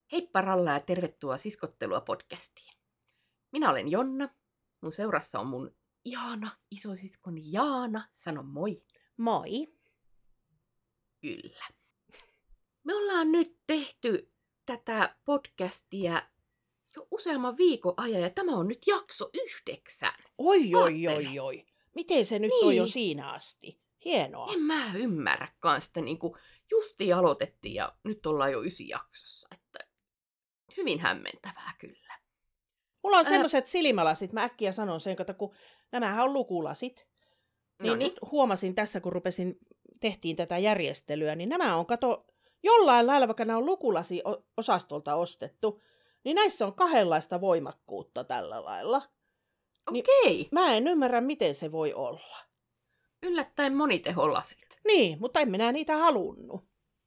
Heippa Ralla ja tervetuloa Siskottelua podcastiin. Minä olen Jonna, mun seurassa on mun ihana isosiskoni Jaana. Sano moi. Moi. Kyllä. Me ollaan nyt tehty tätä podcastia jo useamman viikon ajan ja tämä on nyt jakso 9. Oi. Miten se nyt on jo siinä asti? Hienoa. En mä ymmärrä kanssa, niinku justiin aloitettiin ja nyt ollaan jo 9 jaksossa, että hyvin hämmentävää kyllä. Mulla on semmoiset silmälasit, mä äkkiä sanon sen, kun nämähän on lukulasit. Niin nyt huomasin tässä, kun tehtiin tätä järjestelyä, niin nämä on, jollain lailla, vaikka nämä on lukulasi-osastolta ostettu, niin näissä on kahdenlaista voimakkuutta tällä lailla. Okei. Niin mä en ymmärrä, miten se voi olla. Yllättäen moniteholasit. Niin, mutta en minä niitä halunnut.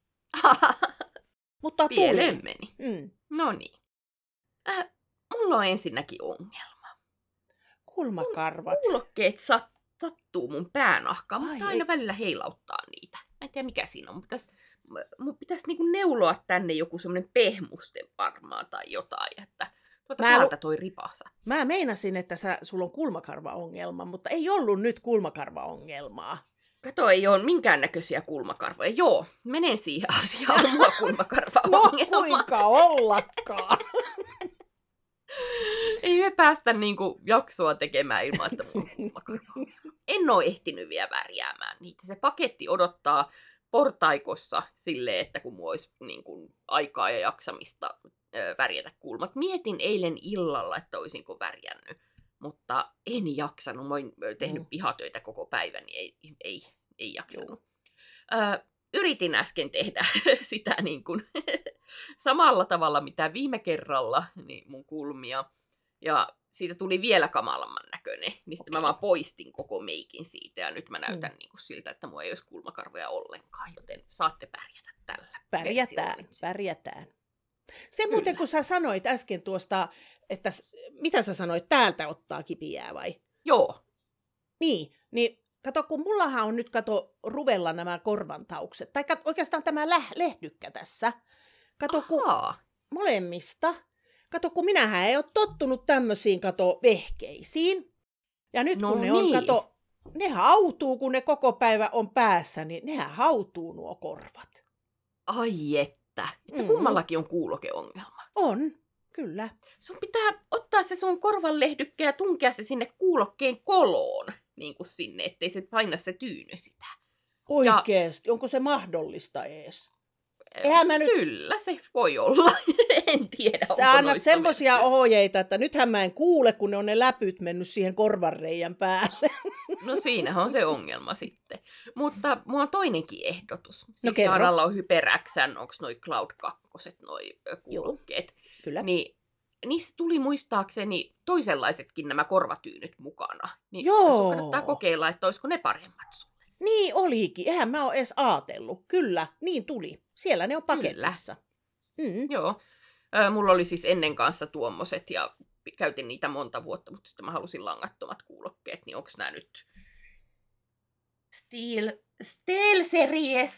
Mutta Pieleen tuli. meni. No niin. Mulla on ensinnäkin ongelma. Kulmakarvat. Kuulokkeet sattuu mun päänahkaan, mutta aina välillä heilauttaa niitä. Mä en tiedä mikä siinä on. Mun pitäisi niinku neuloa tänne joku semmonen pehmuste varmaan tai jotain, että täältä toi ripasa. Mä meinasin, että sulla on kulmakarvaongelma, mutta ei ollut nyt kulmakarvaongelmaa. Kato, ei ole minkäännäköisiä kulmakarvoja. Joo, menen siihen asiaan. On mulla kulmakarvaongelma. No kuinka ollakaan. Ei me päästä niinku jaksoa tekemään ilman, että mulla on kulmakarvaongelma. En ole ehtinyt vielä värjäämään niitä. Se paketti odottaa portaikossa silleen, että kun mulla olisi niinku aikaa ja jaksamista värjätä kulmat. Mietin eilen illalla, että olisinko värjännyt, mutta en jaksanut. Mä oon tehnyt pihatöitä koko päivän, niin ei jaksanut. Yritin äsken tehdä sitä niin kuin samalla tavalla, mitä viime kerralla, niin mun kulmia. Ja siitä tuli vielä kamalamman näköinen, niin sitten mä vaan poistin koko meikin siitä. Ja nyt mä näytän niin kuin siltä, että mulla ei olisi kulmakarvoja ollenkaan, joten saatte pärjätä tällä. Pärjätään. Se muuten, kun sä sanoit äsken tuosta, että mitä sä sanoit, täältä ottaa kipiää vai? Joo. Niin kato, kun mullahan on nyt, ruvella nämä korvantaukset, tai oikeastaan tämä lehdykkä tässä. Kato, kun molemmista. Kato, kun minähän ei ole tottunut tämmöisiin, vehkeisiin. Ja nyt kun ne on, ne hautuu, kun ne koko päivä on päässä, niin nehän hautuu nuo korvat. Ai että kummallakin on kuulokeongelma. On, kyllä. Sun pitää ottaa se sun korvanlehdykkä ja tunkea se sinne kuulokkeen koloon, niin kuin sinne, ettei se paina se tyyny sitä. Oikeesti? Onko se mahdollista ees? Kyllä, se voi olla. En tiedä, sä annat semmosia ohjeita, että nythän mä en kuule, kun ne on ne läpyt mennyt siihen korvanreijän päälle. No siinähän on se ongelma sitten. Mutta mulla on toinenkin ehdotus. Siis kerro. Saaralla on HyperXn, onko noi Cloud 2, noi kuulokkeet. Kyllä. Niin niissä tuli muistaakseni toisenlaisetkin nämä korvatyynyt mukana. Niin Joo. kannattaa kokeilla, että olisiko ne paremmat sulle. Niin olikin. Eihän mä ole edes ajatellut. Kyllä, niin tuli. Siellä ne on paketissa. Joo. Mulla oli siis ennen kanssa tuommoiset ja käytin niitä monta vuotta, mutta sitten mä halusin langattomat kuulokkeet, niin onko nämä nyt Steel Series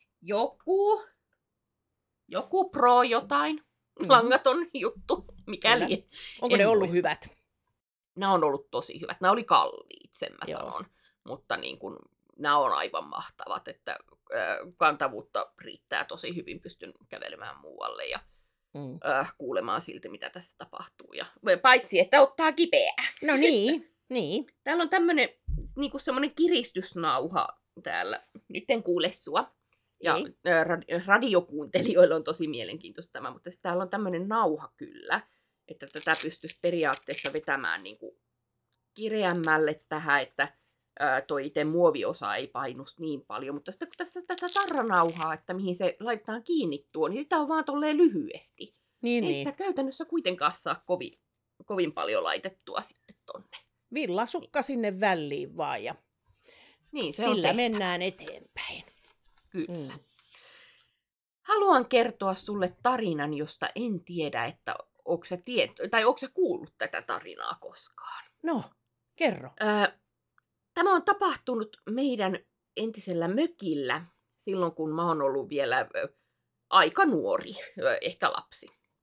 joku Pro jotain, langaton juttu, mikäli. Onko ne ollut hyvät? Nämä on ollut tosi hyvät. Nämä oli kalliit, sen mä sanon, mutta niin kun, nämä on aivan mahtavat, että kantavuutta riittää tosi hyvin, pystyn kävelemään muualle ja kuulemaan silti, mitä tässä tapahtuu. Ja, paitsi, että ottaa kipeää. No niin. Täällä on tämmöinen niinku semmoinen kiristysnauha täällä. Nyt en kuule sua. Ja radiokuuntelijoilla on tosi mielenkiintoista tämä, mutta täällä on tämmöinen nauha kyllä, että tätä pystyisi periaatteessa vetämään niinku kireämmälle tähän, että toi itse muoviosa ei painus niin paljon, mutta sitten kun tässä tätä tarranauhaa, että mihin se laitetaan kiinni tuo, niin sitä on vaan tolleen lyhyesti. Ei sitä käytännössä kuitenkaan saa kovin paljon laitettua sitten tonne. Villasukka sinne väliin vaan ja niin, se sillä mennään eteenpäin. Kyllä. Haluan kertoa sulle tarinan, josta en tiedä, että onko sä kuullut tätä tarinaa koskaan. No, kerro. Tämä on tapahtunut meidän entisellä mökillä silloin, kun mä oon ollut vielä aika nuori, ehkä lapsi.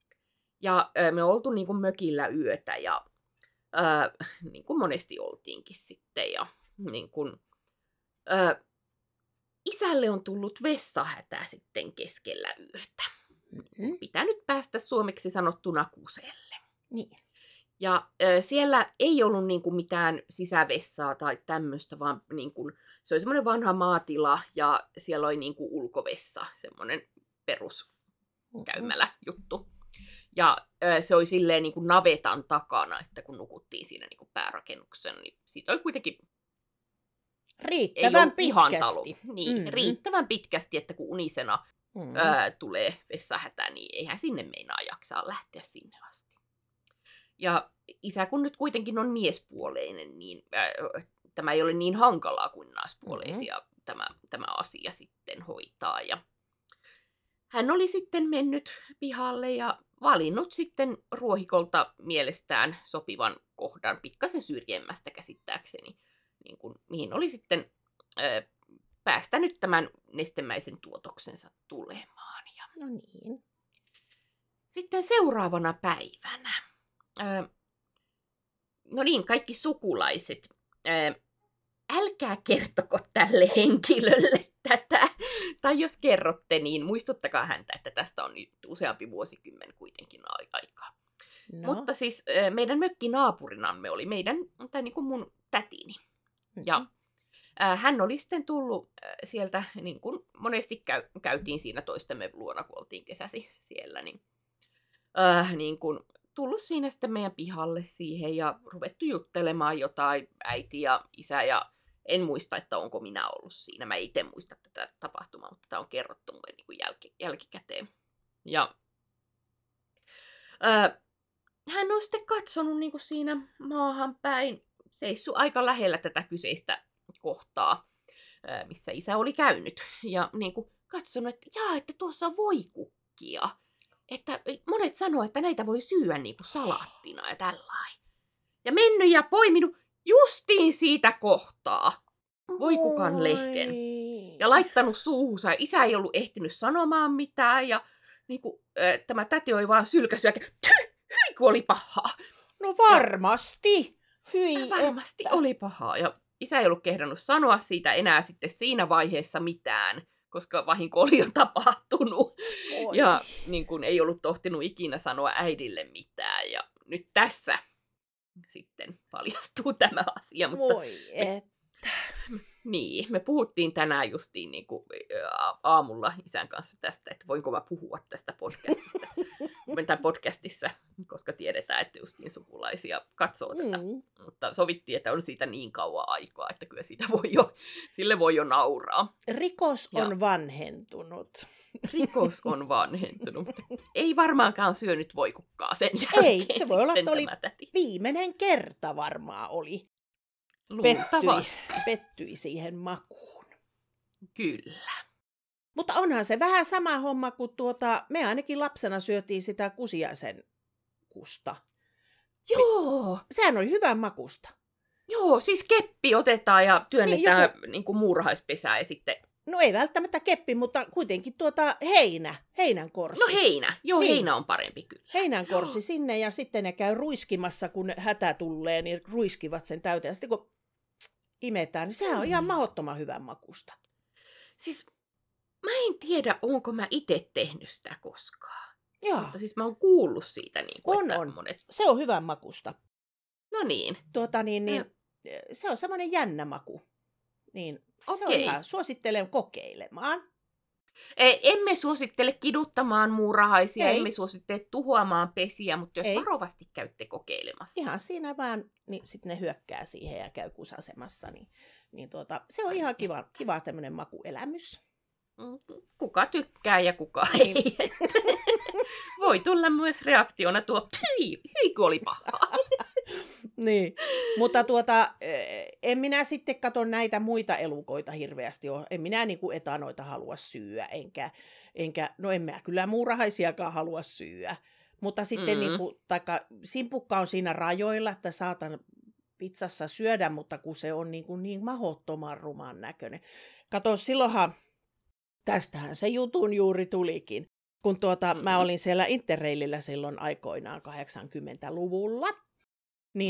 Ja me oltu niin kuin mökillä yötä ja niin kuin monesti oltiinkin sitten. Ja niin kuin, isälle on tullut vessahätä sitten keskellä yötä. Pitänyt päästä suomeksi sanottuna kuselle. Niin. Ja siellä ei ollut niin kuin mitään sisävessaa tai tämmöistä, vaan niin kuin, se oli semmoinen vanha maatila ja siellä oli niin kuin ulkovessa, semmoinen peruskäymälä juttu. Ja se oli silleen niin kuin navetan takana, että kun nukuttiin siinä niin kuin päärakennuksen, niin siitä oli kuitenkin riittävän pitkästi. Niin, riittävän pitkästi, että kun unisena tulee vessahätä, niin eihän sinne meinaa jaksaa lähteä sinne asti. Ja isä kun nyt kuitenkin on miespuoleinen, niin tämä ei ole niin hankalaa kuin naispuoleisia tämä asia sitten hoitaa. Ja hän oli sitten mennyt pihalle ja valinnut sitten ruohikolta mielestään sopivan kohdan pikkasen syrjemmästä käsittääkseni, niin kuin, mihin oli sitten päästänyt tämän nestemäisen tuotoksensa tulemaan. Ja no niin. sitten seuraavana päivänä, no niin, kaikki sukulaiset, älkää kertoko tälle henkilölle tätä. Tai jos kerrotte, niin muistuttakaa häntä, että tästä on nyt useampi vuosikymmen kuitenkin aikaa. No. Mutta siis meidän mökkinaapurinamme oli tai niin kuin mun tätini. Ja hän oli sitten tullut sieltä, niin kuin monesti käytiin siinä toistemme luona, kun oltiin kesäsi siellä, niin kuin tullut siinä sitten meidän pihalle siihen ja ruvettu juttelemaan jotain, äiti ja isä, ja en muista, että onko minä ollut siinä. Mä itse muista tätä tapahtumaa, mutta tämä on kerrottu mulle niin kuin jälkikäteen. Ja hän on sitten katsonut niin kuin siinä maahan päin, seissyt aika lähellä tätä kyseistä kohtaa, missä isä oli käynyt. Ja niin kuin katsonut, että tuossa on voikukkia. Että monet sanoo, että näitä voi syödä niin kuin salaattina ja tällainen. Ja mennyt ja poiminut justiin siitä kohtaa voikukan lehden. Ja laittanut suuhunsa. Isä ei ollut ehtinyt sanomaan mitään. Ja niin kuin, tämä täti oli vaan sylkässyt. Hyi, kun oli pahaa. No varmasti. Varmasti oli pahaa. Ja isä ei ollut kehdannut sanoa siitä enää sitten siinä vaiheessa mitään, koska vahinko oli jo tapahtunut. Oi. Ja niin kuin, ei ollut tohtinut ikinä sanoa äidille mitään. Ja nyt tässä sitten paljastuu tämä asia. Mutta niin, me puhuttiin tänään justiin niin kuin aamulla isän kanssa tästä, että voinko mä puhua tästä podcastissa, koska tiedetään, että justiin sukulaisia katsoo tätä. Mutta sovittiin, että on siitä niin kauan aikaa, että kyllä sille voi jo nauraa. Rikos on vanhentunut. Rikos on vanhentunut, mutta ei varmaankaan syönyt voikukkaa sen jälkeen. Ei, se voi olla, että oli viimeinen kerta varmaan oli. Pettyi siihen makuun. Kyllä. Mutta onhan se vähän sama homma kuin me ainakin lapsena syötiin sitä kusiaisen kusta. Joo. Sehän oli hyvän makusta. Joo, siis keppi otetaan ja työnnetään niin kuin muurahaispesään ja sitten... No ei välttämättä keppi, mutta kuitenkin heinänkorsi. No heinä. Joo, niin. Heinä on parempi kyllä. Heinänkorsi sinne ja sitten ne käy ruiskimassa, kun hätä tulee, niin ruiskivat sen täyteen. Ja sitten kun imetään, niin sehän on ihan mahdottoman hyvän makusta. Siis mä en tiedä, onko mä itse tehnyt sitä koskaan. Joo. Mutta siis mä oon kuullut siitä. Niin kuin, on. Monet... Se on hyvän makusta. No niin. Se on semmoinen jännä maku. Niin, se on ihan, suosittelen kokeilemaan. Emme suosittele kiduttamaan muurahaisia, emme suosittele tuhoamaan pesiä, mutta jos varovasti käytte kokeilemassa. Ihan siinä vaan, niin sitten ne hyökkää siihen ja käy kusasemassa. Se on ihan kiva tämmöinen makuelämys. Kuka tykkää ja kuka ei. Voi tulla myös reaktiona tuo, hyi kun oli pahaa. Niin, mutta en minä sitten katso näitä muita elukoita hirveästi ole. En minä niinku etanoita halua syödä, no en mä kyllä muurahaisiakaan halua syödä. Mutta sitten simpukka on siinä rajoilla, että saatan pizzassa syödä, mutta kun se on niin mahdottoman ruman näköinen. Kato, silloinhan, tästähän se jutun juuri tulikin. kun mä olin siellä Interrailillä silloin aikoinaan 80-luvulla, niin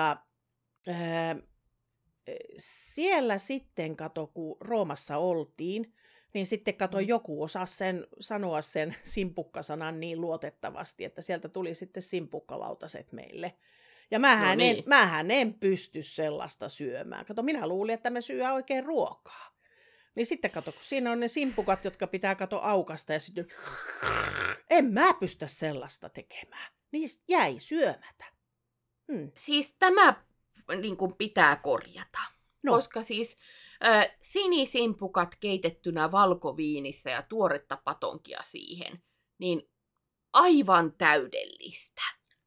siellä sitten kun Roomassa oltiin, niin sitten joku osasi sanoa sen simpukkasanan niin luotettavasti, että sieltä tuli sitten simpukkalautaset meille. Ja mähän en pysty sellaista syömään. Minä luulin, että me syödään oikein ruokaa. Niin sitten kun siinä on ne simpukat, jotka pitää aukasta ja sitten en mä pysty sellaista tekemään. Niistä jäi syömätä. Siis tämä niin kuin pitää korjata. Koska siis sinisimpukat keitettynä valkoviinissä ja tuoretta patonkia siihen, niin aivan täydellistä.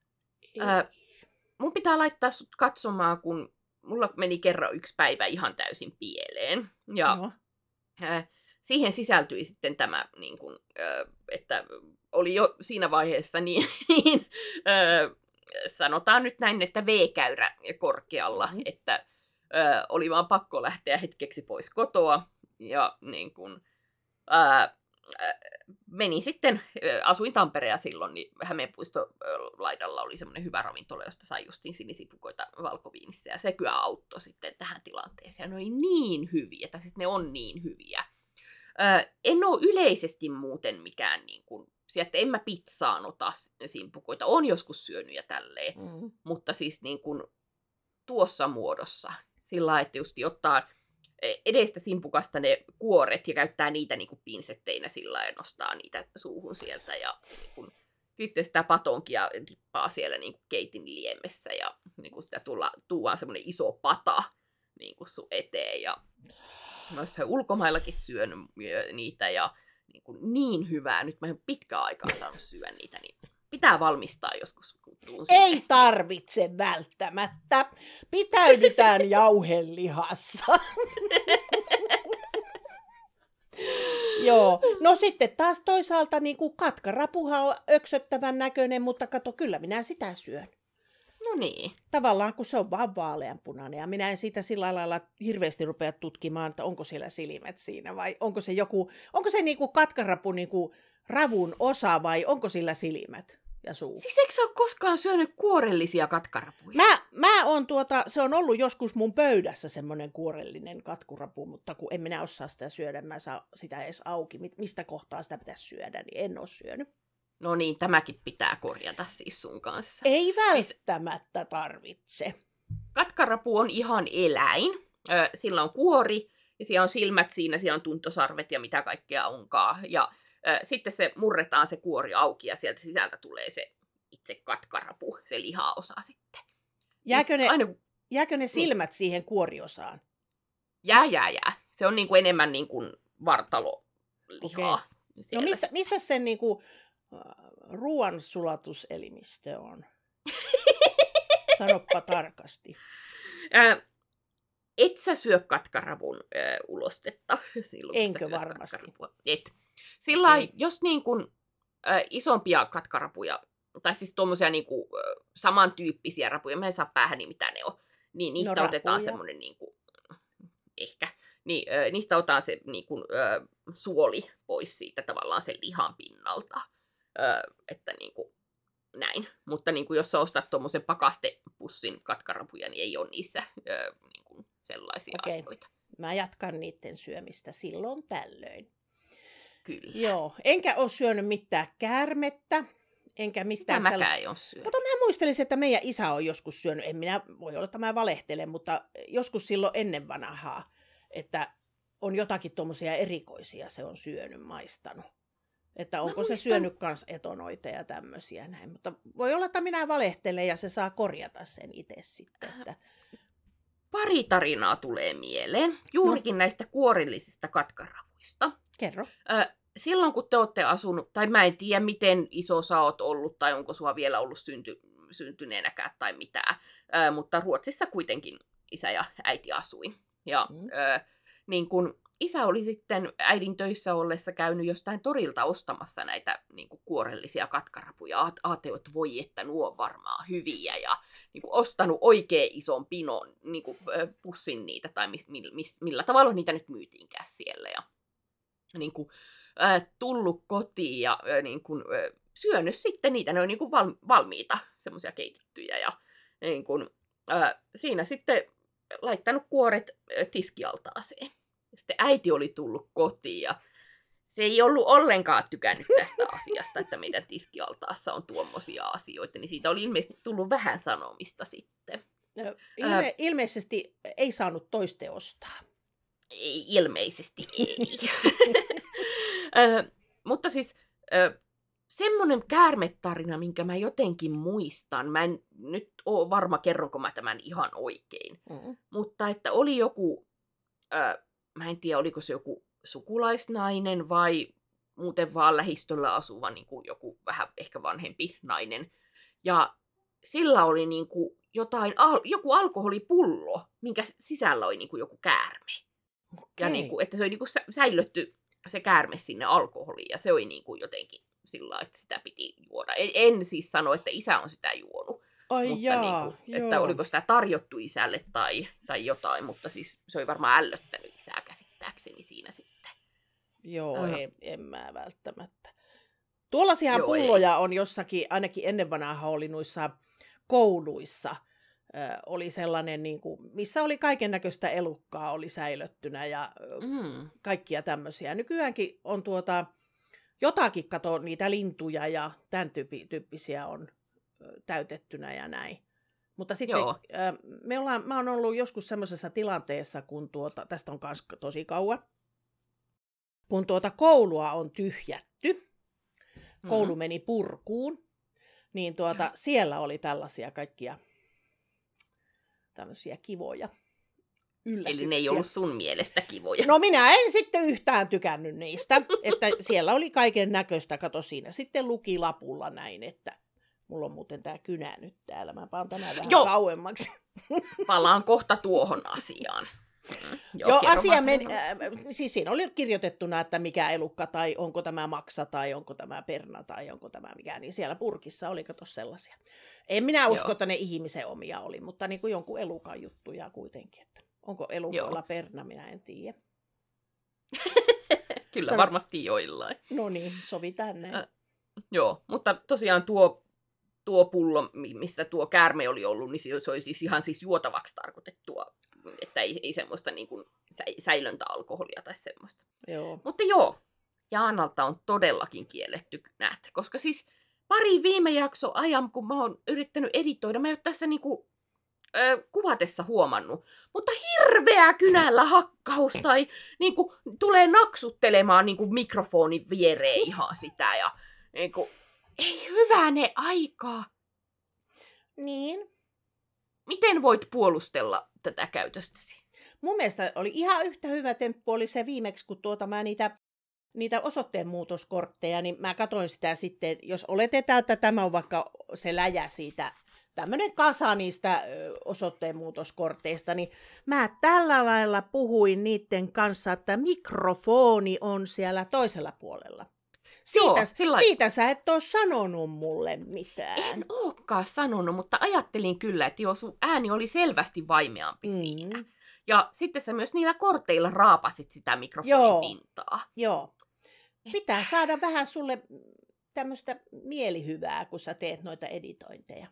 Mun pitää laittaa sut katsomaan, kun mulla meni kerran yksi päivä ihan täysin pieleen. Ja siihen sisältyi sitten tämä, niin kun, että oli jo siinä vaiheessa niin sanotaan nyt näin, että V-käyrä korkealla, että oli vaan pakko lähteä hetkeksi pois kotoa. Ja niin kun, menin sitten, asuin Tampereella silloin, niin Hämeenpuiston laidalla oli semmoinen hyvä ravintola, josta sai justiin sinisipukoita valkoviinissä, ja se kyllä auttoi sitten tähän tilanteeseen. Ne oli niin hyviä, että siis ne on niin hyviä. En ole yleisesti muuten mikään, niin kuin, sieltä en mä pizzaan ota simpukoita, on joskus syönyt ja tälleen, mutta siis niin kuin, tuossa muodossa, sillä lailla, että just ottaa edestä simpukasta ne kuoret ja käyttää niitä niin kuin pinsetteinä sillä ja nostaa niitä suuhun sieltä. Ja niin kuin, sitten sitä patonkia dippaa siellä niin kuin keitin liemessä ja niin kuin sitä tuodaan semmoinen iso pata niin kuin sun eteen. Ja mä oon ulkomaillakin syönyt niitä ja niin hyvää. Nyt mä en pitkään aikaa saanut syödä niitä, niin pitää valmistaa joskus. Ei tarvitse välttämättä. Pitäydytään jauhelihassa. Joo. No sitten taas toisaalta niin kuin katkarapuha on öksöttävän näköinen, mutta kato, kyllä minä sitä syön. No niin. Tavallaan kun se on vaan vaaleanpunainen ja minä en siitä sillä lailla hirveästi rupea tutkimaan, että onko siellä silmät siinä vai onko se niin kuin katkarapu niin kuin ravun osa vai onko sillä silmät ja suu? Siis eikö sä ole koskaan syönyt kuorellisia katkarapuja? Mä on se on ollut joskus mun pöydässä semmoinen kuorellinen katkarapu, mutta kun en minä osaa sitä syödä, mä saa sitä edes auki. Mistä kohtaa sitä pitäisi syödä, niin en ole syönyt. No niin, tämäkin pitää korjata siis sun kanssa. Ei välttämättä tarvitse. Katkarapu on ihan eläin. Sillä on kuori, ja siellä on silmät siinä, siellä on tuntosarvet ja mitä kaikkea onkaan. Ja sitten se murretaan se kuori auki, ja sieltä sisältä tulee se itse katkarapu, se lihaosa sitten. Jääkö ne silmät siihen kuoriosaan? Jää. Se on niin kuin enemmän niin kuin vartalolihaa. Okay. No missä sen niin kuin ruoansulatuselimistö on? Sanoppa tarkasti. Et sä syö katkaravun ulostetta silloin, enkö kun sä syöt varmasti? Et. Sillä jos niin kun, isompia katkarapuja, tai siis tuommoisia niin kuin, samantyyppisiä rapuja, mä en saa päähän niin mitä ne on, niin niistä otetaan semmoinen, niin kuin, ehkä, niin, niistä otetaan se niin kuin, suoli pois siitä tavallaan sen lihan pinnalta, että niin kuin, näin. Mutta niin kuin, jos sä ostat tuommoisen pakastepussin katkarapuja, niin ei ole niissä niin kuin, sellaisia asioita. Mä jatkan niiden syömistä silloin tällöin. Kyllä. Joo, enkä ole syönyt mitään käärmettä, enkä mitään sitä mäkään ei ole syönyt. Kato, mä muistelisin, että meidän isä on joskus syönyt, en minä voi olla, että mä valehtelen, mutta joskus silloin ennen vanhaa, että on jotakin tuommoisia erikoisia se on syönyt, maistanut. Että onko se syönyt kans etonoita ja tämmöisiä näin, mutta voi olla, että minä valehtelen ja se saa korjata sen itse sitten. Että... Pari tarinaa tulee mieleen, juurikin näistä kuorillisista katkaravuista. Kerro. Silloin kun te olette asunut, tai mä en tiedä miten iso sä oot ollut, tai onko sua vielä ollut syntyneenäkään tai mitään, mutta Ruotsissa kuitenkin isä ja äiti asui. Ja niin kun isä oli sitten äidin töissä ollessa käynyt jostain torilta ostamassa näitä niin kuin kuorellisia katkarapuja. Ajattelin, että voi, että nuo on varmaan hyviä. Ja niin kuin ostanut oikein ison pinon niin kuin, pussin niitä, tai millä tavalla niitä nyt myytiinkään siellä. Ja, niin kuin, tullut kotiin ja niin kuin, syönyt sitten niitä. Ne on niin kuin valmiita, semmoisia keitettyjä. Ja niin kuin, siinä sitten laittanut kuoret tiskialtaaseen. Sitten äiti oli tullut kotiin ja se ei ollut ollenkaan tykännyt tästä asiasta, että meidän tiskialtaassa on tuommoisia asioita, niin siitä oli ilmeisesti tullut vähän sanomista sitten. Ilmeisesti ei saanut toiste ostaa. Ei, ilmeisesti ei. Mutta siis semmoinen käärmetarina, minkä mä jotenkin muistan, mä en nyt ole varma, kerronko mä tämän ihan oikein, mutta että oli joku, mä en tiedä, oliko se joku sukulaisnainen vai muuten vaan lähistöllä asuva niin kuin joku vähän ehkä vanhempi nainen. Ja sillä oli niin kuin joku alkoholipullo, minkä sisällä oli niin kuin joku käärme. Okay. Ja niin kuin, että se oli niin kuin säilötty se käärme sinne alkoholiin ja se oli niin kuin jotenkin sillä, että sitä piti juoda. En siis sano, että isä on sitä juonut. Ai mutta jaa, niin kuin, että oliko sitä tarjottu isälle tai jotain, mutta siis se oli varmaan ällöttänyt isää käsittääkseni siinä sitten. Joo, en mä välttämättä. Tuollaisia pulloja on jossakin, ainakin ennen vanhaa oli noissa kouluissa. Oli sellainen, niin kuin, missä oli kaiken näköistä elukkaa oli säilöttynä ja kaikkia tämmöisiä. Nykyäänkin on jotakin, kato, niitä lintuja ja tämän tyyppisiä on täytettynä ja näin. Mutta sitten mä oon ollut joskus semmoisessa tilanteessa, kun tästä on myös tosi kauan, kun koulua on tyhjätty, koulu meni purkuun, niin siellä oli tällaisia kaikkia tämmöisiä kivoja yllätyksiä. Eli ne ei ollut sun mielestä kivoja. No minä en sitten yhtään tykännyt niistä, että siellä oli kaiken näköistä, kato siinä sitten luki lapulla näin, että mulla on muuten tää kynä nyt täällä, mä paan tänään vähän kauemmaksi. Palaan kohta tuohon asiaan. Joo, asia siis siinä oli kirjoitettuna, että mikä elukka, tai onko tämä maksa, tai onko tämä perna, tai onko tämä mikä, niin siellä purkissa oli kato sellaisia. En minä usko, että ne ihmisen omia oli, mutta niin kuin jonkun elukan juttuja kuitenkin, että onko elukoilla perna, minä en tiedä. Kyllä varmasti joillain. No niin, sovitaan näin. Joo, mutta tosiaan tuo pullo, missä tuo käärme oli ollut, niin se oli siis ihan siis juotavaksi tarkoitettua, että ei semmoista niin kuin säilöntäalkoholia tai semmoista. Joo. Mutta Jaanalta on todellakin kielletty näet, koska siis pari viime jakso ajan, kun mä oon yrittänyt editoida, mä en ole tässä niinku, kuvatessa huomannut, mutta hirveä kynällä hakkaus tai niinku, tulee naksuttelemaan niinku, mikrofonin viereen ihan sitä ja niinku, ei hyväne aikaa. Niin. Miten voit puolustella tätä käytöstäsi? Mun mielestä oli ihan yhtä hyvä temppu oli se viimeksi, kun mä niitä osoitteenmuutoskortteja, niin mä katsoin sitä sitten, jos oletetaan, että tämä on vaikka se läjä siitä, tämmöinen kasa niistä osoitteenmuutoskorteista, niin mä tällä lailla puhuin niiden kanssa, että mikrofoni on siellä toisella puolella. Siitä sä et ole sanonut mulle mitään. En olekaan sanonut, mutta ajattelin kyllä, että sun ääni oli selvästi vaimeampi siinä. Ja sitten sä myös niillä korteilla raapasit sitä mikrofonin pintaa. Joo. Pitää saada vähän sulle tämmöistä mielihyvää, kun sä teet noita editointeja.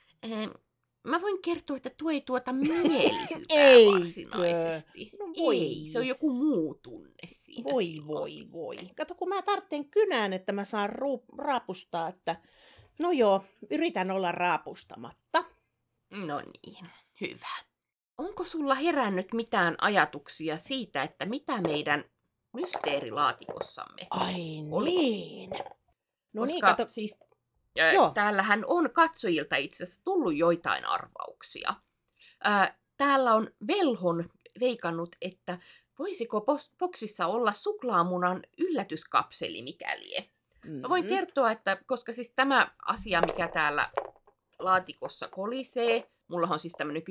Mä voin kertoa, että tuo ei tuota mielihyvää varsinaisesti. No ei, se on joku muu tunne siinä. Voi. Kato, kun mä tarvitsen kynään, että mä saan raapustaa, että no joo, yritän olla raapustamatta. No niin, hyvä. Onko sulla herännyt mitään ajatuksia siitä, että mitä meidän mysteerilaatikossamme olisi? Niin. No koska niin, kato. Siis, täällähän on katsojilta itse asiassa tullut joitain arvauksia. Täällä on Velhon veikannut, että voisiko boksissa olla suklaamunan yllätyskapseli mikäli. Mä voin kertoa, että koska siis tämä asia, mikä täällä laatikossa kolisee, mulla on siis tämmöinen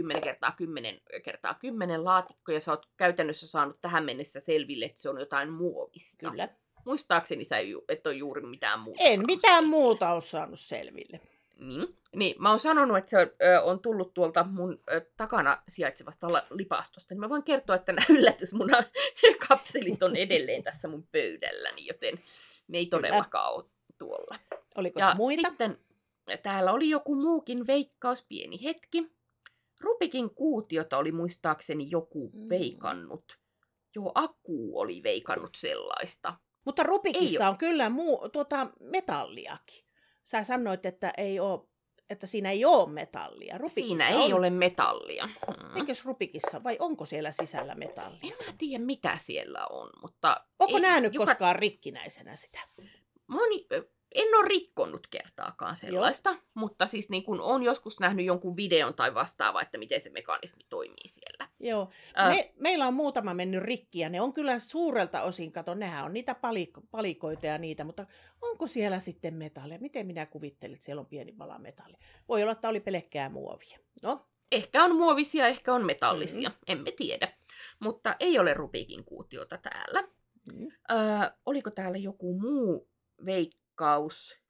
10x10x10 laatikko, ja sä oot käytännössä saanut tähän mennessä selville, että se on jotain muovista. Kyllä. Muistaakseni sä et ole juuri mitään muuta En mitään muuta ole saanut selville. Niin, mä oon sanonut, että se on tullut tuolta mun takana sijaitsevasta lipastosta. Niin mä voin kertoa, että nämä yllätysmunan kapselit on edelleen tässä mun pöydälläni, joten ne ei todellakaan ole tuolla. Oliko se muita? Sitten täällä oli joku muukin veikkaus, pieni hetki. Rubikin kuutiota oli muistaakseni joku veikannut. Joo, Aku oli veikannut sellaista. Mutta Rubikissa on kyllä metalliakin. Sä sanoit, että siinä ei ole metallia. Siinä ei ole metallia. Eikös Rubikissa, vai onko siellä sisällä metallia? En mä tiedä, mitä siellä on, mutta... Onko nähnyt koskaan rikkinäisenä sitä? En ole rikkonut kertaakaan sellaista, mutta siis niin kun on joskus nähnyt jonkun videon tai vastaava, että miten se mekanismi toimii siellä. Joo. Meillä on muutama mennyt rikki ja ne on kyllä suurelta osin, kato, nehän on niitä palikoita ja niitä, mutta onko siellä sitten metallia? Miten minä kuvittelin, että siellä on pieni pala metallia? Voi olla, että oli pelkkää muovia. No. Ehkä on muovisia, ehkä on metallisia, emme tiedä. Mutta ei ole Rubikin kuutiota täällä. Oliko täällä joku muu veikkaus?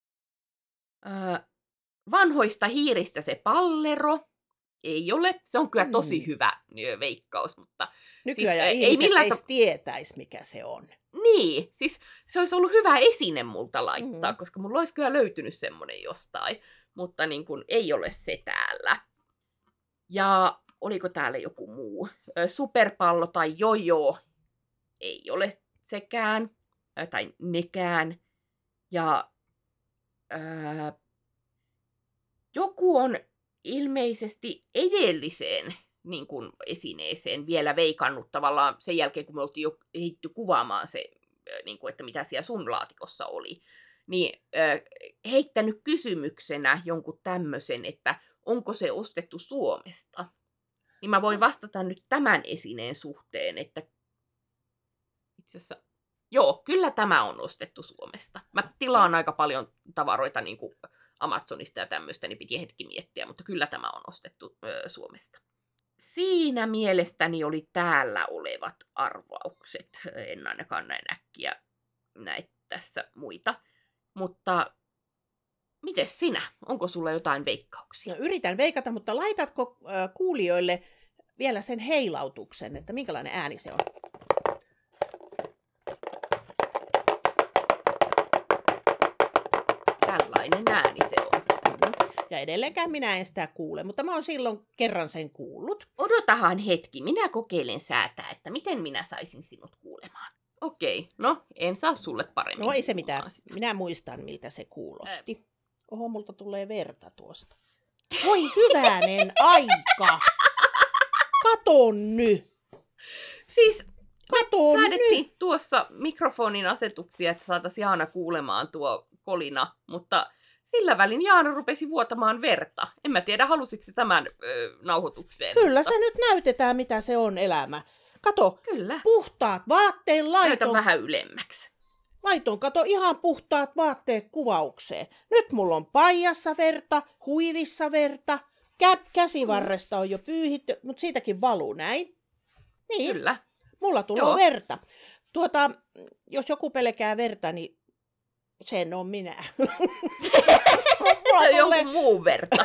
Vanhoista hiiristä se pallero. Ei ole. Se on kyllä tosi hyvä veikkaus, mutta... Nykyään siis, ihmiset ei tietäisi, mikä se on. Niin, siis se olisi ollut hyvä esine multa laittaa, koska mulla olisi kyllä löytynyt semmoinen jostain, mutta niin kuin, ei ole se täällä. Ja oliko täällä joku muu? Superpallo tai jojo. Ei ole sekään, tai nekään. Ja joku on ilmeisesti edelliseen niin kuin esineeseen vielä veikannut tavallaan sen jälkeen, kun me oltiin jo ehditty kuvaamaan se, niin kuin, että mitä siellä sun laatikossa oli, niin heittänyt kysymyksenä jonkun tämmöisen, että onko se ostettu Suomesta. Niin mä voin vastata nyt tämän esineen suhteen, että itse asiassa, joo, kyllä tämä on ostettu Suomesta. Mä tilaan aika paljon tavaroita niin kuin Amazonista ja tämmöistä, niin piti hetki miettiä, mutta kyllä tämä on ostettu Suomesta. Siinä mielestäni oli täällä olevat arvaukset. En ainakaan näin äkkiä näe tässä muita. Mutta mites sinä? Onko sulla jotain veikkauksia? No, yritän veikata, mutta laitatko kuulijoille vielä sen heilautuksen, että minkälainen ääni se on? Tällainen ääni se on. Ja edelleenkään minä en sitä kuule, mutta mä oon silloin kerran sen kuullut. Odotahan hetki, minä kokeilen säätää, että miten minä saisin sinut kuulemaan. Okei, no en saa sulle paremmin. No ei se mitään, minä muistan miltä se kuulosti. Oho, multa tulee verta tuosta. Voi hyvänen aika! Katon nyt! Siis säädettiin tuossa mikrofonin asetuksia, että saataisiin Jaana kuulemaan tuo kolina, mutta sillä välin Jaana rupesi vuotamaan verta. En mä tiedä, halusiko se tämän nauhoitukseen. Kyllä mutta... se nyt näytetään, mitä se on elämä. Kato, kyllä. Puhtaat vaatteet laiton. Näytä vähän ylemmäksi. Laiton, kato, ihan puhtaat vaatteet kuvaukseen. Nyt mulla on paijassa verta, huivissa verta, käsivarresta on jo pyyhitty, mutta siitäkin valuu näin. Niin, kyllä. Mulla tulee verta. Jos joku pelkää verta, niin sen on minä. Se on joku muu verta.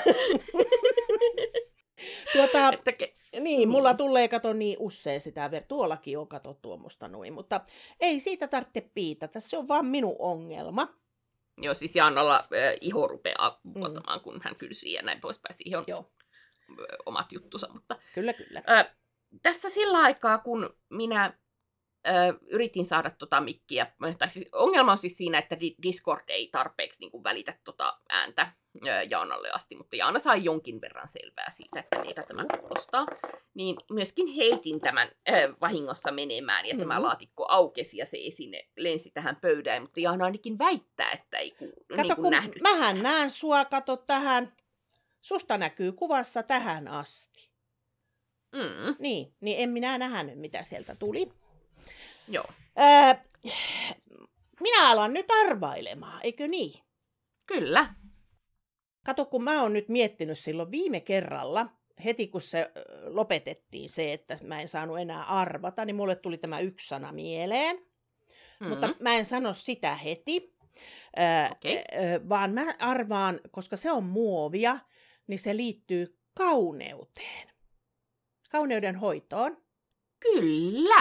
Niin, mulla tulee, kato, niin usein sitä verta. Tuollakin on, kato, tuommoista noin, mutta ei siitä tarvitse piitata. Se on vaan minun ongelma. Joo, siis Jaanalla iho rupeaa vuotamaan, kun hän kylsii ja näin poispäin. Siihen on omat juttusa. Mutta, kyllä, kyllä. Tässä sillä aikaa, kun minä yritin saada mikkiä, tai siis ongelma on siis siinä, että Discord ei tarpeeksi niin kuin välitä ääntä Jaanalle asti, mutta Jaana sai jonkin verran selvää siitä, että miltä tämä kuulostaa. Niin myöskin heitin tämän vahingossa menemään, ja tämä laatikko aukesi, ja se esine lensi tähän pöydään, mutta Jaana ainakin väittää, että ei kuulu. Kato, niin kun nähnyt. Mähän näen sua, kato tähän, susta näkyy kuvassa tähän asti. Niin en minä nähnyt, mitä sieltä tuli. Joo. Minä alan nyt arvailemaan, eikö niin? Kyllä. Kato, kun mä oon nyt miettinyt silloin viime kerralla, heti kun se lopetettiin se, että mä en saanut enää arvata, niin mulle tuli tämä yksi sana mieleen. Mutta mä en sano sitä heti. Okei. Vaan mä arvaan, koska se on muovia, niin se liittyy kauneuteen. Kauneuden hoitoon. Kyllä.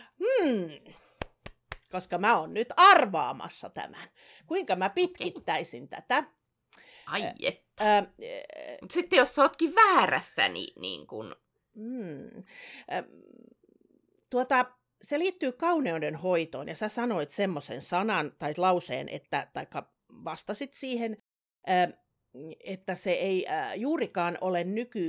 Koska mä oon nyt arvaamassa tämän. Kuinka mä pitkittäisin tätä? Ai Mutta sitten jos sä ootkin väärässä, niin kun... Se liittyy kauneuden hoitoon, ja sä sanoit semmoisen sanan tai lauseen, taikka vastasit siihen, että se ei juurikaan ole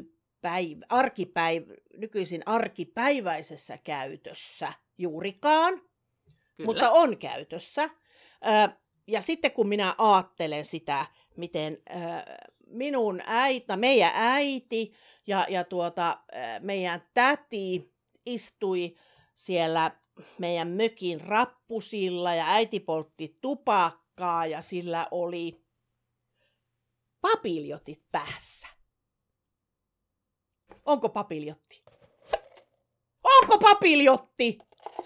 nykyisin arkipäiväisessä käytössä juurikaan, Kyllä. mutta on käytössä. Ja sitten kun minä ajattelen sitä, miten meidän äiti ja meidän täti istui siellä meidän mökin rappusilla ja äiti poltti tupakkaa ja sillä oli papiljotit päässä. Onko papiljotti? Onko papiljotti?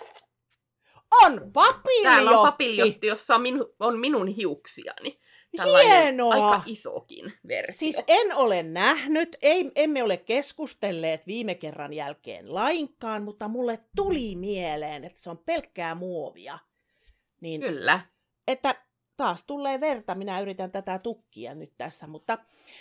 On papiljotti! Täällä on papiljotti, jossa on minun hiuksiani. Hienoa! Aika isokin versio. Siis en ole nähnyt, emme ole keskustelleet viime kerran jälkeen lainkaan, mutta mulle tuli mieleen, että se on pelkkää muovia. Niin, Kyllä. Että taas tulee verta, minä yritän tätä tukkia nyt tässä, mutta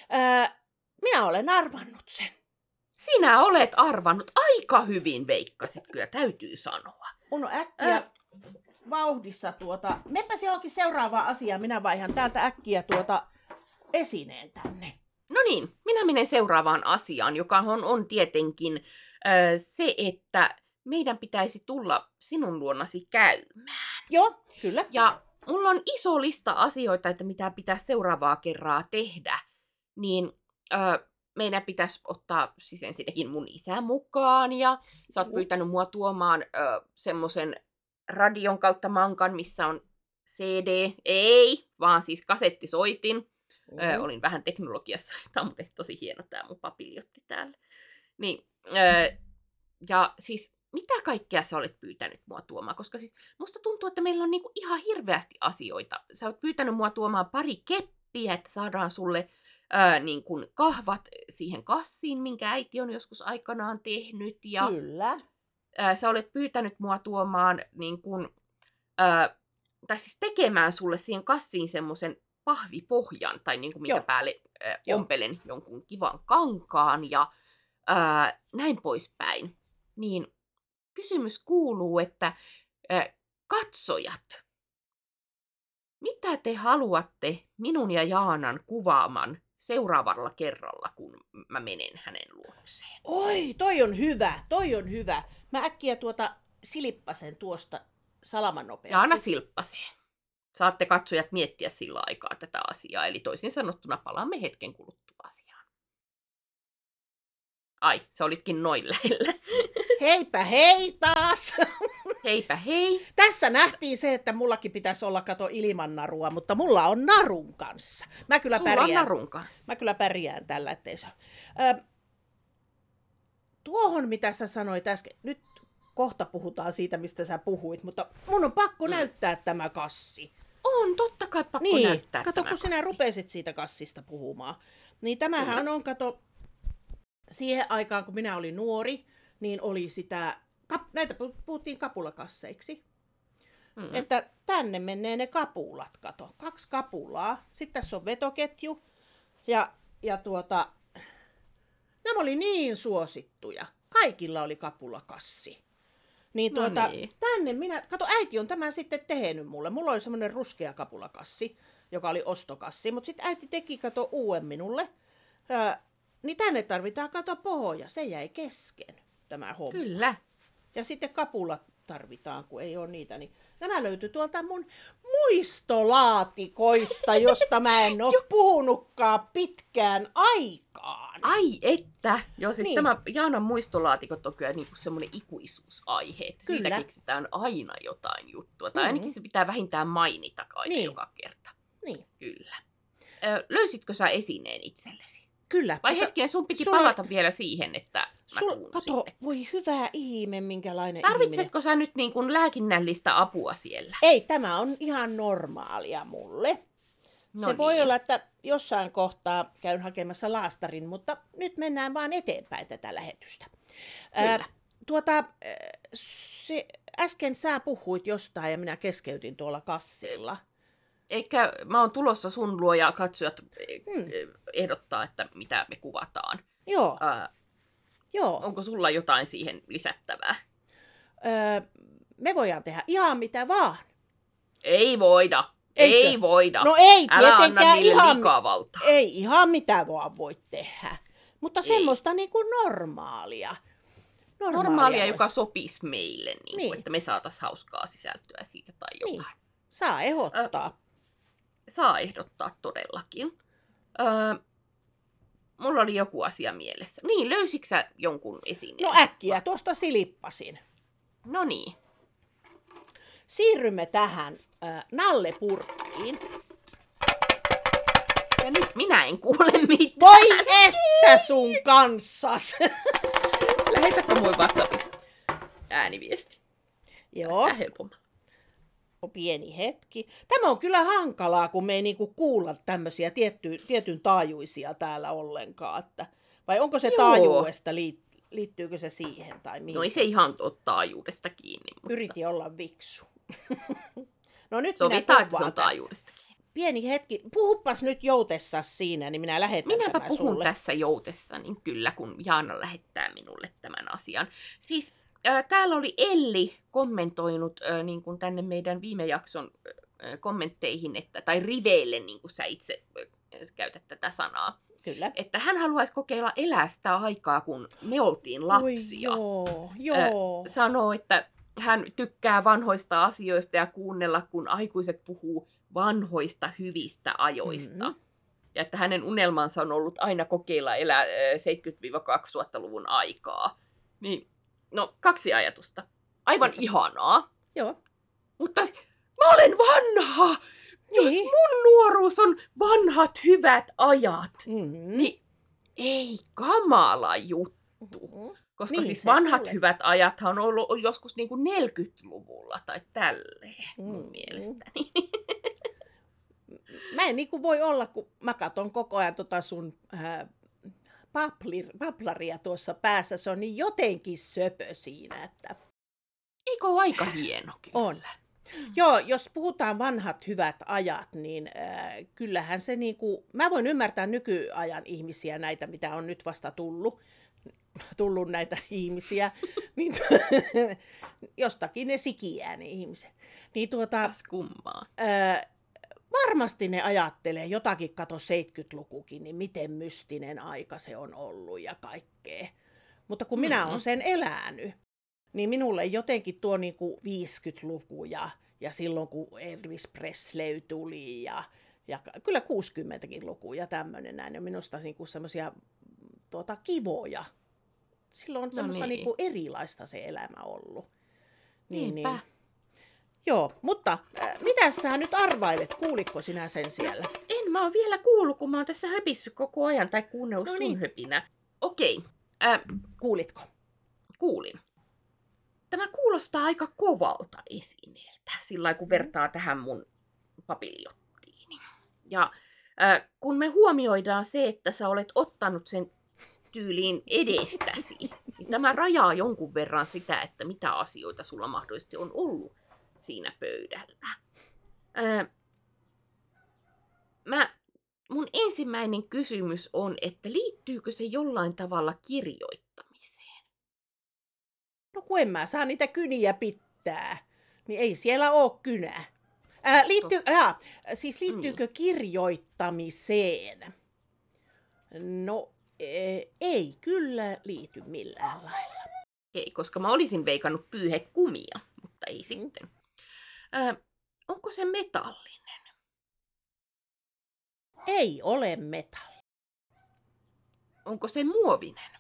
minä olen arvannut sen. Sinä olet arvannut aika hyvin, veikkasit kyllä, täytyy sanoa. Mun on äkkiä vauhdissa Meppä se onkin seuraava asia, minä vaihan täältä äkkiä esineen tänne. No niin, minä menen seuraavaan asiaan, joka on tietenkin se, että meidän pitäisi tulla sinun luonasi käymään. Joo, kyllä. Ja mulla on iso lista asioita, että mitä pitäisi seuraavaa kerraa tehdä. Niin meidän pitäisi ottaa siis ensinnäkin mun isä mukaan. Ja sä oot pyytänyt mua tuomaan semmoisen radion kautta mankan, missä on CD. Ei, vaan siis kasettisoitin. Olin vähän teknologiassa. Tämä on tosi hieno tämä mun papiljotti täällä. Niin, ja siis mitä kaikkea sä olet pyytänyt mua tuomaan? Koska siis musta tuntuu, että meillä on niinku ihan hirveästi asioita. Sä olet pyytänyt mua tuomaan pari keppiä, että saadaan sulle niin kuin kahvat siihen kassiin, minkä äiti on joskus aikanaan tehnyt. Ja, kyllä. Sä olet pyytänyt mua tuomaan, niin kuin, tai siis tekemään sulle siihen kassiin semmoisen pahvipohjan, tai niin kuin minkä päälle ompelen jonkun kivan kankaan ja näin poispäin. Niin kysymys kuuluu, että katsojat, mitä te haluatte minun ja Jaanan kuvaaman seuraavalla kerralla, kun mä menen hänen luokseen? Oi, toi on hyvä. Mä äkkiä silppasen tuosta salaman nopeasti. Jaana silppasee. Saatte katsojat miettiä sillä aikaa tätä asiaa, eli toisin sanottuna palaamme hetken kuluttua asiaan. Ai, sä olitkin noin lähellä. Heipä hei taas! Heipä hei! Tässä nähtiin se, että mullakin pitäisi olla ilman narua, mutta mulla on narun kanssa. Sulla on narun kanssa. Mä kyllä pärjään tällä, ettei se tuohon, mitä sä sanoit äsken, nyt kohta puhutaan siitä, mistä sä puhuit, mutta mun on pakko näyttää tämä kassi. On, totta kai pakko näyttää kato, kun sinä rupesit siitä kassista puhumaan. Niin tämähän on, siihen aikaan, kun minä olin nuori, niin oli näitä puhuttiin kapulakasseiksi. Mm-hmm. Että tänne menee ne kapulat, 2 kapulaa. Sitten tässä on vetoketju. Ja nämä oli niin suosittuja. Kaikilla oli kapulakassi. Niin tänne äiti on tämän sitten tehnyt mulle. Mulla oli semmoinen ruskea kapulakassi, joka oli ostokassi. Mutta sitten äiti teki, uuden minulle. Niin tänne tarvitaan, pohja. Se jäi kesken, tämä homma. Kyllä. Ja sitten kapulat tarvitaan, kun ei ole niitä. Niin nämä löytyi tuolta mun muistolaatikoista, josta mä en ole puhunutkaan pitkään aikaan. Ai että! Joo, siis tämä Jaanan muistolaatikot on kyllä niinku semmoinen ikuisuusaihe. Että siitä keksitään aina jotain juttua. Tai ainakin se pitää vähintään mainita joka kerta. Niin. Kyllä. Löysitkö sä esineen itsellesi? Kyllä. Vai hetkinen, sun piti palata vielä siihen, että mä tuun kato, sinne. voi hyvä ihme, minkälainen Tarvitsetko ihminen. sä nyt niin kuin lääkinnällistä apua siellä? Ei, tämä on ihan normaalia mulle. No Se voi niin. olla, että jossain kohtaa käyn hakemassa laastarin, mutta nyt mennään vaan eteenpäin tätä lähetystä. Äsken sä puhuit jostain ja minä keskeytin tuolla kassilla. Eikä mä oon tulossa sun luo ja katsojat ehdottaa, että mitä me kuvataan. Joo. Joo. Onko sulla jotain siihen lisättävää? Me voidaan tehdä ihan mitä vaan. Ei voida. Eikö? Ei voida. No ei Älä anna tietenkään niille liikaa valtaa. Ei ihan mitä vaan voi tehdä. Mutta semmoista niin kuin normaalia. Normaalia, joka sopisi meille, Niin. että me saataisiin hauskaa sisältöä siitä tai jotain. Niin. Saa ehdottaa. Saa ehdottaa todellakin. Mulla oli joku asia mielessä. Niin, löysitkö sä jonkun esineen? No äkkiä, tuosta silippasin. No niin. Siirrymme tähän nallepurkkiin. Ja nyt minä en kuule mitään. Voi että sun kanssas! Lähetäpä mun WhatsAppissa ääniviesti. Joo. Sitä helpommalla. Pieni hetki. Tämä on kyllä hankalaa, kun me ei niinku kuulla tämmöisiä tietyn taajuisia täällä ollenkaan. Että, vai onko se Joo. taajuudesta, liittyykö se siihen tai mihin? No ei se ihan ole taajuudesta kiinni. Mutta Yritin olla viksu. No nyt sovitaan, että se minä on taajuudesta kiinni. Pieni hetki. Puhupas nyt joutessas siinä, niin minä lähetän Minäpä tämän puhun sulle. tässä joutessa, niin kyllä, kun Jaana lähettää minulle tämän asian. Siis täällä oli Elli kommentoinut niin kuin tänne meidän viime jakson kommentteihin, tai riveille, niin kuin sä itse käytät tätä sanaa. Kyllä. Että hän haluaisi kokeilla elää sitä aikaa, kun me oltiin lapsia. Oi, joo. Sanoo, että hän tykkää vanhoista asioista ja kuunnella, kun aikuiset puhuu vanhoista hyvistä ajoista. Mm-hmm. Ja että hänen unelmansa on ollut aina kokeilla elää 70-2000-luvun aikaa. Niin, no, 2 ajatusta. Aivan ihanaa. Joo. Mutta mä olen vanha! Jos Niin. mun nuoruus on vanhat hyvät ajat, Mm-hmm. niin ei kamala juttu. Koska Niin, siis se vanhat tulee. hyvät ajathan on ollut joskus niin kuin 40-luvulla tai tälleen mun Mm. mielestäni. Mä en niinku voi olla, kun mä katon koko ajan sun paplaria tuossa päässä. Se on niin jotenkin söpö siinä, että Eikö ole aika hieno kyllä? on. Joo, jos puhutaan vanhat hyvät ajat, niin kyllähän se niinku, mä voin ymmärtää nykyajan ihmisiä, näitä mitä on nyt vasta tullut näitä ihmisiä, niin jostakin ne sikiää ne ihmiset. Niin Kas kummaa. varmasti ne ajattelee jotakin, kato 70-lukukin, niin miten mystinen aika se on ollut ja kaikkea. Mutta kun minä olen sen elänyt, niin minulle jotenkin tuo niinku 50-luku ja silloin kun Elvis Presley tuli ja kyllä 60-kin luku ja tämmöinen näin on minusta niinku semmoisia kivoja. Silloin on semmoista niin. niinku erilaista se elämä ollut. Niinpä. Joo, mutta mitä sä nyt arvailet? Kuulitko sinä sen siellä? En mä oon vielä kuullut, kun mä oon tässä höpissyt koko ajan tai kuunnellut No sun niin. höpinä. Okei, Kuulitko? kuulin. Tämä kuulostaa aika kovalta esineeltä, sillä kun vertaa tähän mun papiljottiini. Ja kun me huomioidaan se, että sä olet ottanut sen tyyliin edestäsi, niin tämä rajaa jonkun verran sitä, että mitä asioita sulla mahdollisesti on ollut siinä pöydällä. Mun ensimmäinen kysymys on, että liittyykö se jollain tavalla kirjoittamiseen? No kun en mä saa niitä kyniä pitää, niin ei siellä ole kynää. Liittyykö kirjoittamiseen? No ei kyllä liity millään lailla. Ei, koska mä olisin veikannut pyyhekumia, mutta ei sitten. Onko se metallinen? Ei ole metalli. Onko se muovinen?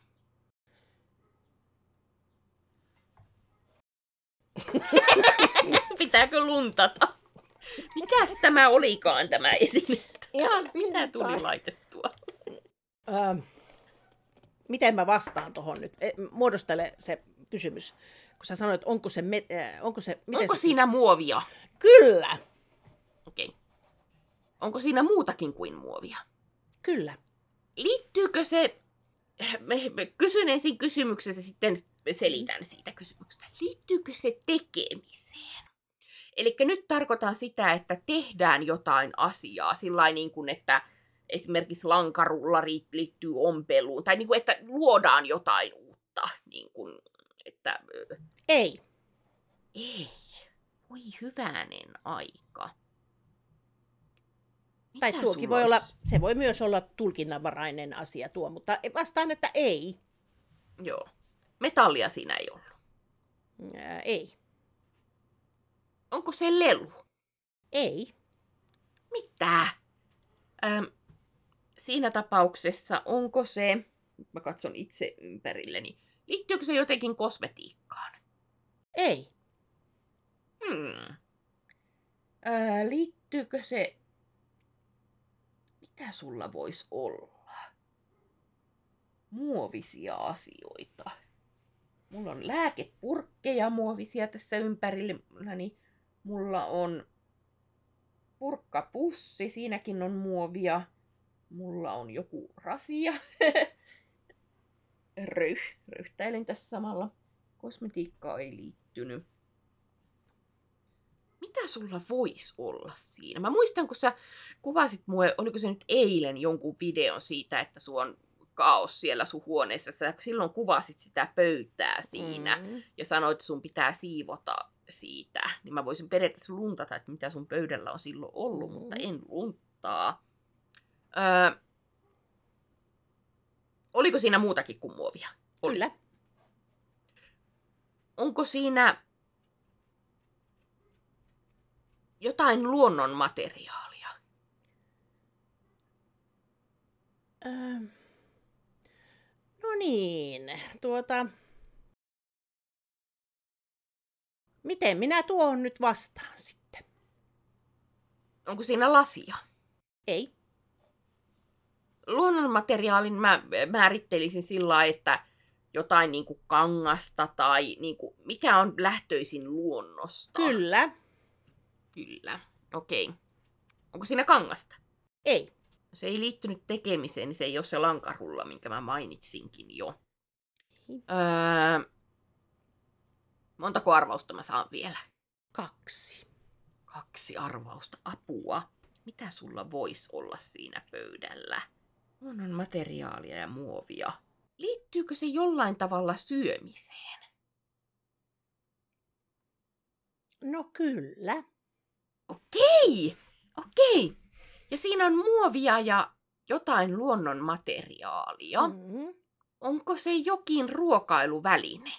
Pitääkö luntata? Mikäs tämä olikaan tämä esine? Ihan Mitä tuli laitettua? Miten mä vastaan tuohon nyt? Muodostele se kysymys. Kun sä sanoit, onko siinä muovia? Kyllä. Okei. Okay. Onko siinä muutakin kuin muovia? Kyllä. Liittyykö se... Kysyn ensin kysymyksessä, sitten selitän siitä kysymyksestä. Liittyykö se tekemiseen? Eli nyt tarkoitan sitä, että tehdään jotain asiaa, sillain niin kuin, että esimerkiksi lankarullari liittyy ompeluun, tai niin kuin, että luodaan jotain uutta. Niin kuin, että... Ei. Ei. Voi hyvänen aika. Tai tuokin voi olla, se voi myös olla tulkinnanvarainen asia tuo, mutta vastaan, että ei. Joo. Metallia siinä ei ollut. Ei. Onko se lelu? Ei. Mitä? Siinä tapauksessa onko se, mä katson itse ympärilleni, liittyykö se jotenkin kosmetiikkaan? Ei. Liittyykö se, mitä sulla voisi olla? Muovisia asioita. Mulla on lääkepurkkeja muovisia tässä ympärilläni. Mulla on purkkapussi, siinäkin on muovia. Mulla on joku rasia. Röyhtäilen tässä samalla. Kosmetiikkaa ei liittynyt. Mitä sulla voisi olla siinä? Mä muistan, kun sä kuvasit mulle, oliko se nyt eilen jonkun videon siitä, että sun on kaos siellä sun huoneessa. Sä silloin kuvasit sitä pöytää siinä ja sanoit, että sun pitää siivota siitä. Niin mä voisin periaatteessa luntata, että mitä sun pöydällä on silloin ollut, mutta en lunttaa. Oliko siinä muutakin kuin muovia? Oli. Kyllä. Onko siinä jotain luonnon materiaalia? No niin, miten minä tuohon nyt vastaan sitten? Onko siinä lasia? Ei. Luonnonmateriaalin mä määrittelisin sillä lailla, että jotain niin kuin kangasta tai niin kuin, mikä on lähtöisin luonnosta. Kyllä. Kyllä, okei. Onko siinä kangasta? Ei. Se ei liittynyt tekemiseen, niin se ei ole se lankarulla, minkä mä mainitsinkin jo. Montako arvausta mä saan vielä? 2. 2 arvausta. Apua. Mitä sulla voisi olla siinä pöydällä? Luonnon materiaalia ja muovia. Liittyykö se jollain tavalla syömiseen? No kyllä. Okei. Ja siinä on muovia ja jotain luonnon materiaalia. Onko se jokin ruokailuväline?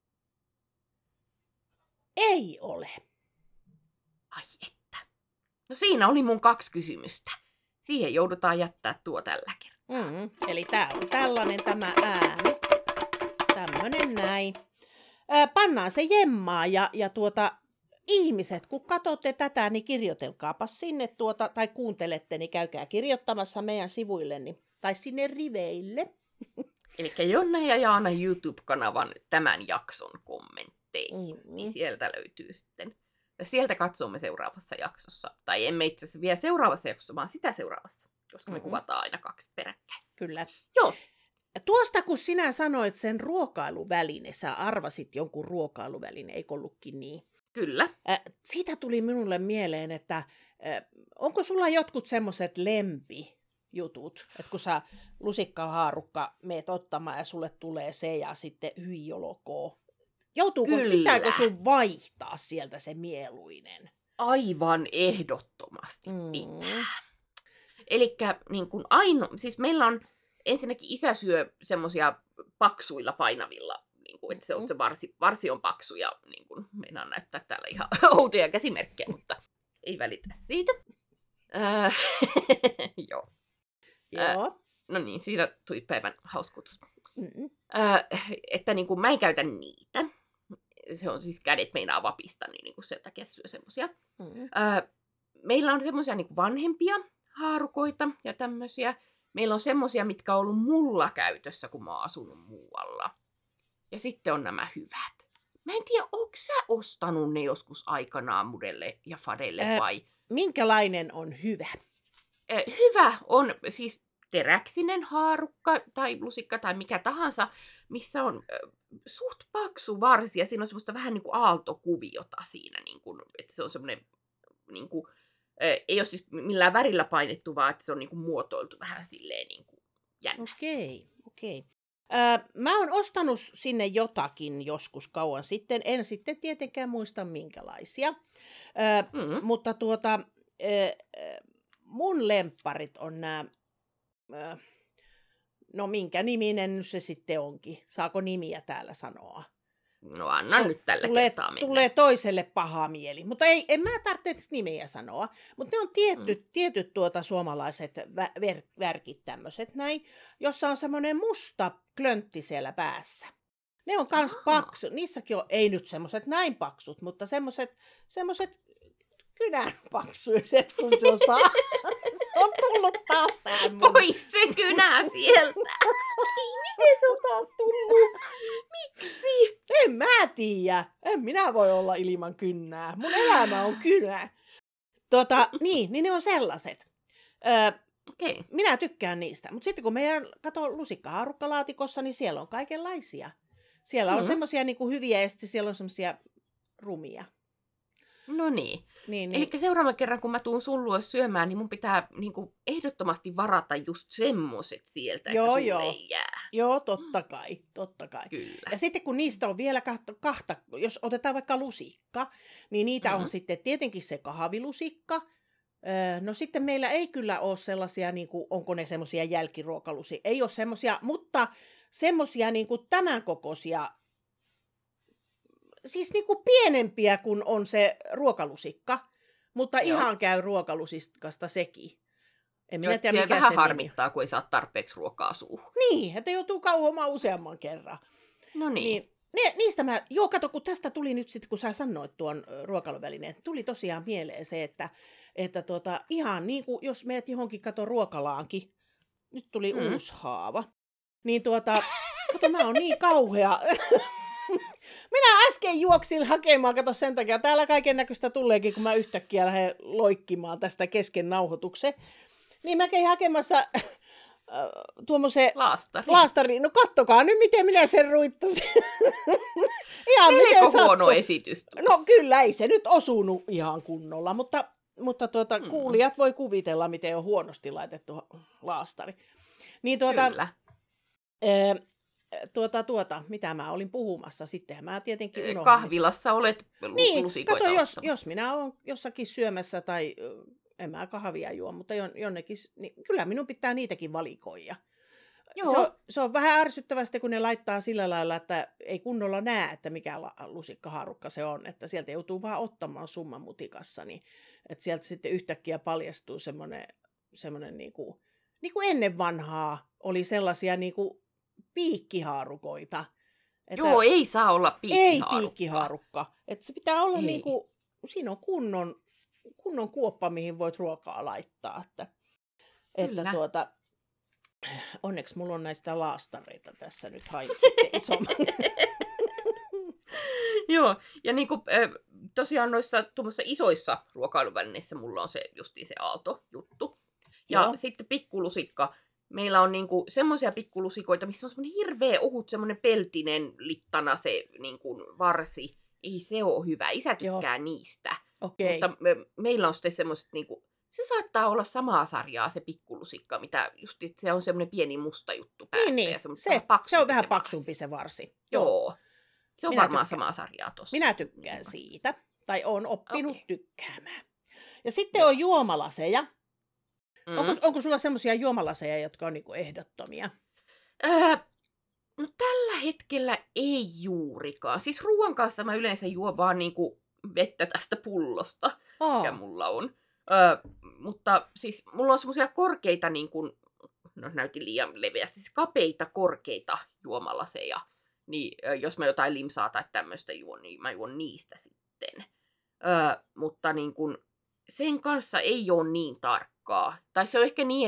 Ei ole. Ai että. No siinä oli mun 2 kysymystä. Siihen joudutaan jättää tuo tällä kertaa. Eli tää on tällainen tämä ääni. Tämmönen näin. Pannaan se jemmaan ja ihmiset, kun katsotte tätä, niin kirjoitelkaapa sinne tai kuuntelette, niin käykää kirjoittamassa meidän sivuille tai sinne riveille. Eli Jonna ja Jaana YouTube-kanavan tämän jakson kommentteihin, niin sieltä löytyy sitten. Ja sieltä katsomme seuraavassa jaksossa. Tai emme itse asiassa vielä seuraavassa jaksossa, vaan sitä seuraavassa, koska me kuvataan aina 2 peräkkäin. Kyllä. Joo. Ja tuosta, kun sinä sanoit sen ruokailuväline, sä arvasit jonkun ruokailuväline, eikö ollutkin niin? Kyllä. Siitä tuli minulle mieleen, että onko sulla jotkut semmoiset lempijutut, että kun sä lusikkahaarukka meet ottamaan ja sulle tulee se ja sitten hyi olkoon. Pitääkö sun vaihtaa sieltä se mieluinen? Aivan ehdottomasti pitää. Elikkä niin kun siis meillä on ensinnäkin isä syö semmosia paksuilla painavilla, niin kun, että se on se varsi on paksu ja niin kun, meinaan näyttää täällä ihan outoja käsimerkkejä, mutta ei välitä siitä. Joo. No niin, siitä tuli päivän hauskuutus. Että niin kun mä en käytä niitä. Se on siis kädet meinaa vapista, niin kuin sen takia syö semmosia. Meillä on semmosia niin vanhempia haarukoita ja tämmösiä. meillä on semmosia, mitkä on ollut mulla käytössä, kun mä oon asunut muualla. Ja sitten on nämä hyvät. Mä en tiedä, onko sä ostanut ne joskus aikanaan Mudelle ja Fadelle vai? Minkälainen on hyvä? Hyvä on siis teräksinen haarukka tai lusikka tai mikä tahansa, missä on suht paksu varsi ja siinä on semmoista vähän niin kuin aaltokuviota siinä, niin kuin, että se on semmoinen, niin kuin, ei ole siis millään värillä painettu, vaan että se on niin kuin muotoiltu vähän silleen niin kuin jännästi. Okei. Mä oon ostanut sinne jotakin joskus kauan sitten, en sitten tietenkään muista minkälaisia, mutta mun lempparit on nämä, no minkä niminen se sitten onkin, saako nimiä täällä sanoa? No anna nyt tällä kertaa mennä. Tulee toiselle paha mieli, mutta en mä tarvitse nimiä sanoa, mutta ne on tietyt suomalaiset värkit tämmöiset näin, jossa on semmoinen musta klöntti siellä päässä. Ne on kans paksu, niissäkin on, ei nyt semmoiset näin paksut, mutta semmoiset kynän paksuiset, kun se on se on tullut taas tähän mun. Pois se kynä sieltä! Miten se on taas tullut? Miksi? En mä tiedä. En minä voi olla ilman kynnää. Mun elämä on kynä. Niin ne on sellaiset. Okay. Minä tykkään niistä. Mutta sitten kun meidän lusikkaharukkalaatikossa, niin siellä on kaikenlaisia. Siellä on semmoisia niinku hyviä ja sitten siellä on semmoisia rumia. No niin. Eli seuraavan kerran, kun mä tuun sun luo syömään, niin mun pitää niinku ehdottomasti varata just semmoset sieltä, että sulle ei jää. Joo, totta kai. Kyllä. Ja sitten kun niistä on vielä kahta, jos otetaan vaikka lusikka, niin niitä on sitten tietenkin se kahvilusikka. No sitten meillä ei kyllä ole sellaisia, niin kuin, onko ne semmoisia jälkiruokalusia, ei ole semmoisia, mutta semmoisia niin kuin tämän kokoisia, siis niin kuin pienempiä kuin on se ruokalusikka, mutta ihan käy ruokalusikasta sekin. En minä tiedä, mikä vähän se harmittaa, nimi. Kun ei saa tarpeeksi ruokaa suuhun. Niin, että joutuu kauhomaan useamman kerran. No niin. Niistä kato, kun tästä tuli nyt sitten, kun sä sanoit tuon ruokailuvälineen, tuli tosiaan mieleen se, että ihan niin kuin, jos meet johonkin ruokalaankin, nyt tuli uusi haava, niin kato, mä oon niin kauhea. Minä äsken juoksin hakemaan, kato sen takia, täällä kaiken näköistä tuleekin, kun mä yhtäkkiä lähden loikkimaan tästä kesken nauhoituksen. Niin mä käin hakemassa tuommoisen laastarin. No kattokaa nyt, miten minä sen ruittasin. Ihan melko huono esitys tuossa. No kyllä, ei se nyt osunut ihan kunnolla, mutta kuulijat voi kuvitella, miten on huonosti laitettu laastari. Niin kyllä. Mitä mä olin puhumassa sitten, mä tietenkin unohdin. Kahvilassa olet lusikoita kato, jos minä olen jossakin syömässä tai en mä kahvia juo, mutta jonnekin, niin kyllä minun pitää niitäkin valikoida. Se on vähän ärsyttävästi, kun ne laittaa sillä lailla, että ei kunnolla näe, että mikä lusikkaharukka se on, että sieltä joutuu vaan ottamaan summan mutikassa, niin että sieltä sitten yhtäkkiä paljastuu semmoinen niin kuin ennen vanhaa oli sellaisia niin kuin piikkihaarukoita. Että ei saa olla piikkihaarukka. Ei piikkihaarukka. Että se pitää olla niin kuin, siinä on kunnon kuoppa, mihin voit ruokaa laittaa. Että onneksi mulla on näistä laastareita tässä nyt hain sitten isomman. Joo, ja niin kuin, tosiaan noissa isoissa ruokailuvälineissä mulla on se justiin se aalto-juttu. Ja sitten pikkulusikka. Meillä on niinku semmoisia pikkulusikoita, missä on semmoinen hirveä ohut, semmoinen peltinen littana se niinku varsi. Ei se ole hyvä. Isä tykkää niistä. Okay. Mutta meillä on sitten semmoiset, niinku, se saattaa olla samaa sarjaa se pikkulusikka, mitä just se on semmoinen pieni musta juttu päässä. Niin. Ja se on vähän paksumpi se varsi. Joo. Se on varmaan samaa sarjaa tossa. Minä tykkään siitä. Tai olen oppinut tykkäämään. Ja sitten on juomalaseja. Onko sulla semmoisia juomalaseja, jotka on niinku ehdottomia? No tällä hetkellä ei juurikaan. Siis ruoan kanssa mä yleensä juon vaan niinku vettä tästä pullosta, mikä mulla on. Mutta siis mulla on semmoisia korkeita, niin kuin, no näytin liian leveästi, siis kapeita korkeita juomalaseja. Niin jos mä jotain limsaa tai tämmöistä juon, niin mä juon niistä sitten. Mutta niin kuin, sen kanssa ei ole niin tarkkaa. Tai se on ehkä niin, että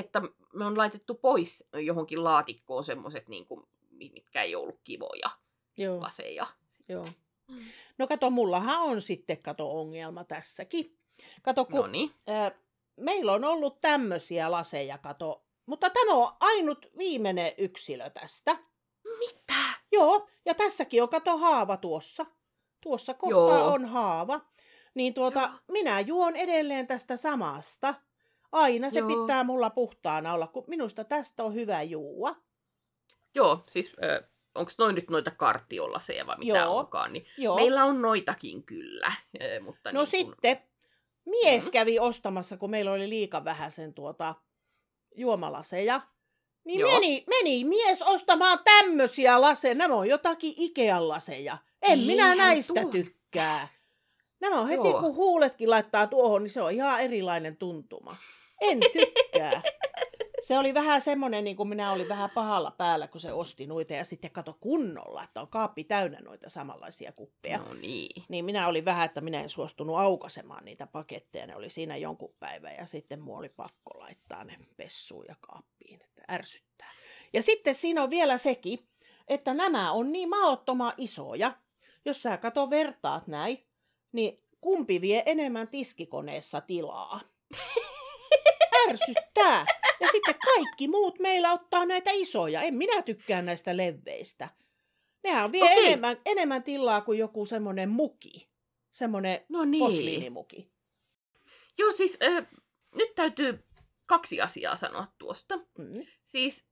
me on laitettu pois johonkin laatikkoon semmoiset, niin kuin, mitkä ei ollut kivoja laseja. Joo. No kato, mullahan on sitten ongelma tässäkin. Kato, kun meillä on ollut tämmöisiä laseja, mutta tämä on ainut viimeinen yksilö tästä. Mitä? Joo, ja tässäkin on haava tuossa. Tuossa kohtaa on haava. Niin minä juon edelleen tästä samasta. Aina se pitää mulla puhtaana olla, kun minusta tästä on hyvä juua. Joo, siis onko noin nyt noita kartiolaseja vai mitä onkaan, niin meillä on noitakin kyllä. Mutta no sitten, mies kävi ostamassa, kun meillä oli liika vähän sen juomalaseja, niin meni mies ostamaan tämmöisiä laseja. Nämä on jotakin Ikean laseja. En minä näistä tykkää. Nämä on heti, kun huuletkin laittaa tuohon, niin se on ihan erilainen tuntuma. En tykkää. Se oli vähän semmoinen, niin kuin minä olin vähän pahalla päällä, kun se osti noita. Ja sitten kato kunnolla, että on kaappi täynnä noita samanlaisia kuppeja. No niin. Niin minä olin vähän, että minä en suostunut aukaisemaan niitä paketteja. Ne oli siinä jonkun päivän ja sitten minua oli pakko laittaa ne pessuun ja kaappiin, että ärsyttää. Ja sitten siinä on vielä sekin, että nämä on niin maottoman isoja. Jos sä vertaat näin, niin kumpi vie enemmän tiskikoneessa tilaa? Ärsyttää. Ja sitten kaikki muut meillä ottaa näitä isoja. En minä tykkää näistä leveistä. Nehän vie enemmän tilaa kuin joku semmoinen muki. Semmoinen posliinimuki. Joo, siis nyt täytyy 2 asiaa sanoa tuosta. Siis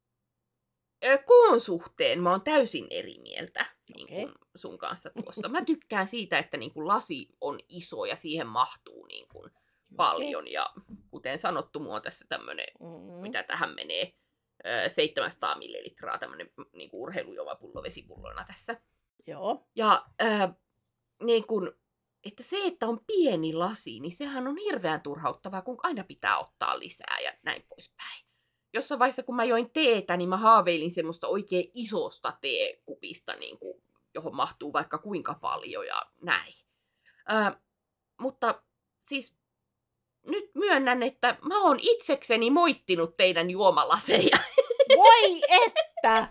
koon suhteen mä oon täysin eri mieltä niin kuin sun kanssa tuossa. Mä tykkään siitä, että niin kuin lasi on iso ja siihen mahtuu niin kuin paljon. Ja kuten sanottu, mulla on tässä tämmönen, mitä tähän menee, 700 millilitraa tämmönen niin kuin urheilujuomapullo vesipullona tässä. Joo. Ja niin kuin, että se, että on pieni lasi, niin sehän on hirveän turhauttavaa, kun aina pitää ottaa lisää ja näin poispäin. Jossain vaiheessa, kun mä join teetä, niin mä haaveilin semmoista oikein isosta teekupista, niin kuin, johon mahtuu vaikka kuinka paljon ja näin. Mutta siis nyt myönnän, että mä oon itsekseni moittinut teidän juomalaseja. Voi että!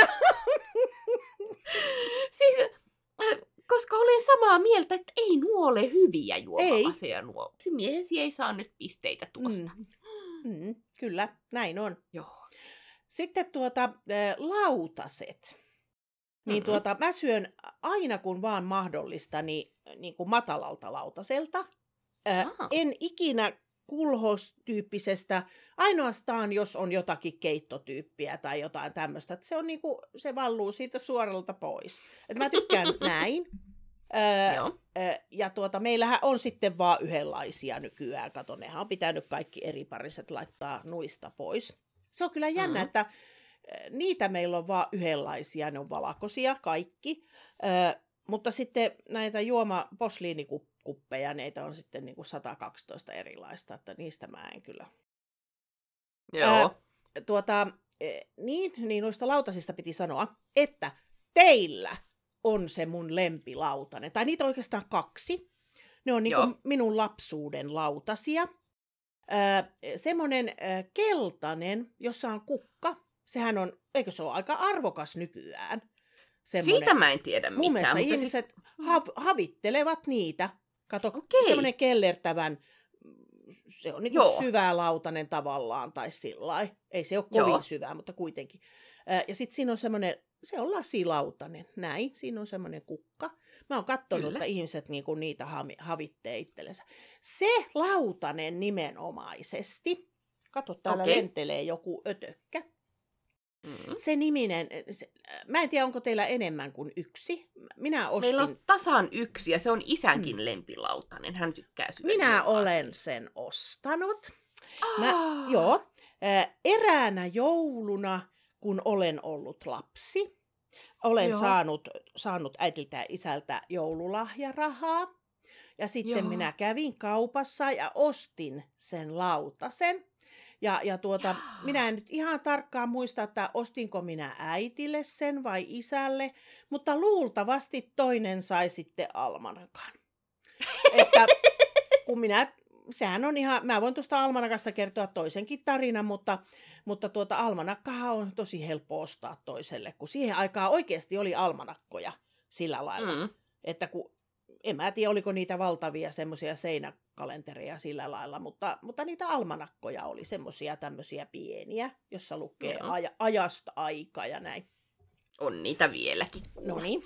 Siis, koska olen samaa mieltä, että ei nuo ole hyviä juomalaseja. Nuo. Miehesi ei saa nyt pisteitä tuosta. Kyllä, näin on. Joo. Sitten lautaset. Niin mä syön aina kun vaan mahdollista, niin kuin matalalta lautaselta. En ikinä kulhostyyppisestä, ainoastaan jos on jotakin keittotyyppiä tai jotain tämmöistä. Se on niinku, se valluu siitä suoralta pois. Et mä tykkään näin. Ja meillähän on sitten vaan yhdenlaisia nykyään. Kato, nehän on pitänyt kaikki eri pariset laittaa nuista pois. Se on kyllä jännä, että niitä meillä on vaan yhdenlaisia. Ne on valkoisia kaikki. Mutta sitten näitä posliinikuppeja, neitä on sitten niin kuin 112 erilaista, että niistä mä en kyllä. Joo. Niin noista lautasista piti sanoa, että teillä on se mun lempilautanen. Tai niitä on oikeastaan 2. Ne on niin kuin minun lapsuuden lautasia. Semmoinen keltainen, jossa on kukka. Sehän on, eikö se ole aika arvokas nykyään? Siitä mä en tiedä mitään. Mun mielestä ihmiset havittelevat niitä. Kato, semmoinen kellertävän, se on niin kuin syvälautainen tavallaan, tai sillai. Ei se ole kovin syvä, mutta kuitenkin. Ja sitten siinä on semmoinen, se on lasilautainen, näin. Siinä on semmoinen kukka. Mä oon katsonut, että ihmiset niinku niitä havittee itsellensä. Se lautanen nimenomaisesti, kato täällä lentelee joku ötökkä. Se niminen, mä en tiedä onko teillä enemmän kuin 1. Minä ostin. Meillä on tasan 1 ja se on isänkin lempilautanen. Hän tykkää Minä olen sen ostanut. Eräänä jouluna, kun olen ollut lapsi, olen saanut äidiltä ja isältä joululahjarahaa. Ja sitten minä kävin kaupassa ja ostin sen lautasen. Ja minä en nyt ihan tarkkaan muista, että ostinko minä äitille sen vai isälle, mutta luultavasti toinen sai sitten almanakan. Että kun minä sehän on ihan, mä voin tuosta almanakasta kertoa toisenkin tarinan, mutta almanakkahan on tosi helppo ostaa toiselle, kun siihen aikaan oikeasti oli almanakkoja sillä lailla, että kun, en mä tiedä oliko niitä valtavia semmoisia seinäkalentereja sillä lailla, mutta niitä almanakkoja oli semmoisia tämmöisiä pieniä, jossa lukee ajasta aika ja näin. On niitä vieläkin. No niin,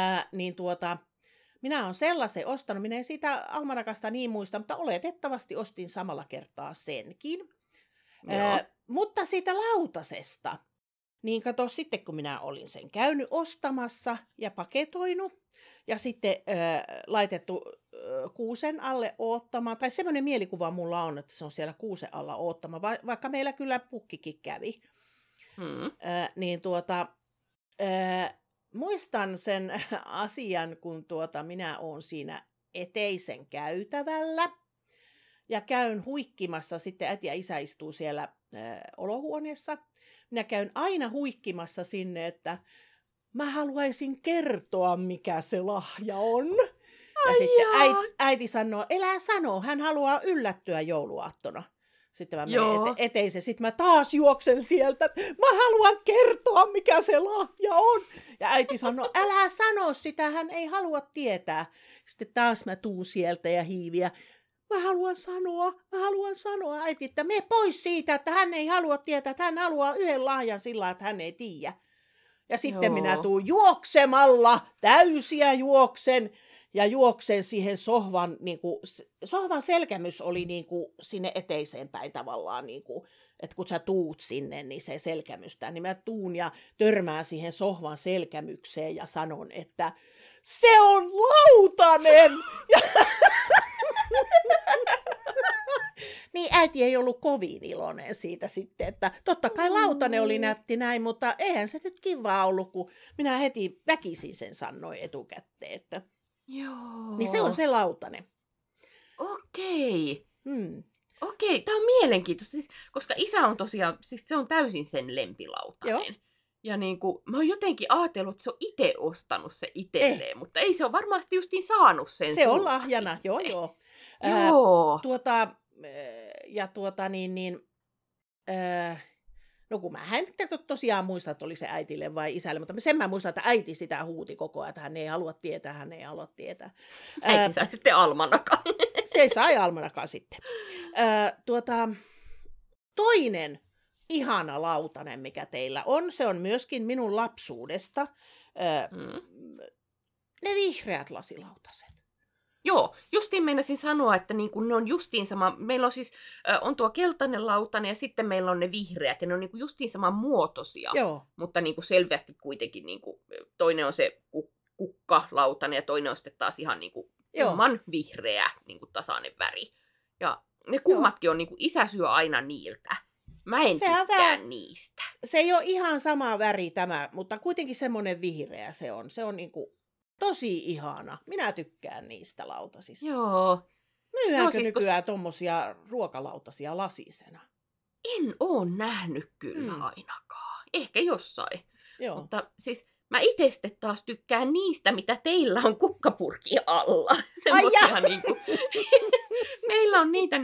minä olen sellaisen ostanut, minä en siitä almanakasta niin muista, mutta oletettavasti ostin samalla kertaa senkin. Mutta siitä lautasesta, niin kato sitten kun minä olin sen käynyt ostamassa ja paketoinut ja sitten laitettu kuusen alle oottamaan, tai semmoinen mielikuva mulla on, että se on siellä kuusen alla oottama, vaikka meillä kyllä pukkikin kävi, muistan sen asian, kun minä olen siinä eteisen käytävällä ja käyn huikkimassa, sitten äiti ja isä istuu siellä olohuoneessa. Minä käyn aina huikkimassa sinne, että mä haluaisin kertoa, mikä se lahja on. Ja sitten äiti sanoo, elää sano, hän haluaa yllättyä jouluaattona. Sitten mä menen eteisen, sitten mä taas juoksen sieltä, mä haluan kertoa, mikä se lahja on. Ja äiti sanoo, älä sano sitä, hän ei halua tietää. Sitten taas mä tuun sieltä ja hiiviä. Mä haluan sanoa, äiti, että mene pois siitä, että hän ei halua tietää, että hän haluaa yhden lahjan sillä, että hän ei tiedä. Ja sitten minä tuun juoksemalla, täysiä juoksen. Ja juoksen siihen sohvan, sohvan selkämys oli sinne eteiseen päin tavallaan, että kun sä tuut sinne, niin se selkämystä, niin mä tuun ja törmään siihen sohvan selkämykseen ja sanon, että se on lautanen! Niin äiti ei ollut kovin iloinen siitä sitten, että totta kai lautanen oli nätti näin, mutta eihän se nyt kivaa ollut, kun minä heti väkisin sen sanoin etukäteen, että joo. Niin se on se lautanen. Okei. Okei, tämä on mielenkiintoista, siis, koska isä on tosiaan, siis se on täysin sen lempilautanen. Joo. Ja mä oon jotenkin ajatellut, että se on itse ostanut se itselleen, mutta ei se ole varmasti justiin saanut sen. Se on lahjana, joo. Joo. No kun mä en tosiaan muista, että oli se äitille vai isälle, mutta sen mä muistan, että äiti sitä huuti koko ajan, että hän ei halua tietää. Äiti sai sitten almanakan. Se sai almanakan sitten. Toinen ihana lautanen, mikä teillä on, se on myöskin minun lapsuudesta. Ne vihreät lasilautaset. Joo, justiin meinasin sanoa, että ne on justiin sama. Meillä on siis on tuo keltainen lautanen ja sitten meillä on ne vihreät ja ne on justiin saman muotoisia. Joo. Mutta selvästi kuitenkin toinen on se kukkalautanen ja toinen on sitten taas ihan kumman vihreä tasainen väri. Ja ne kummatkin on isä syö aina niiltä. Mä en tykkää niistä. Se ei ole ihan sama väri tämä, mutta kuitenkin semmoinen vihreä se on. Se on tosi ihana. Minä tykkään niistä lautasista. Joo. Myydäänkö nykyään tommosia ruokalautasia lasisena? En oo nähnyt kyllä ainakaan. Ehkä jossain. Joo. Mutta siis mä itse sitten taas tykkään niistä, mitä teillä on kukkapurkin alla. Semmosia meillä on niitä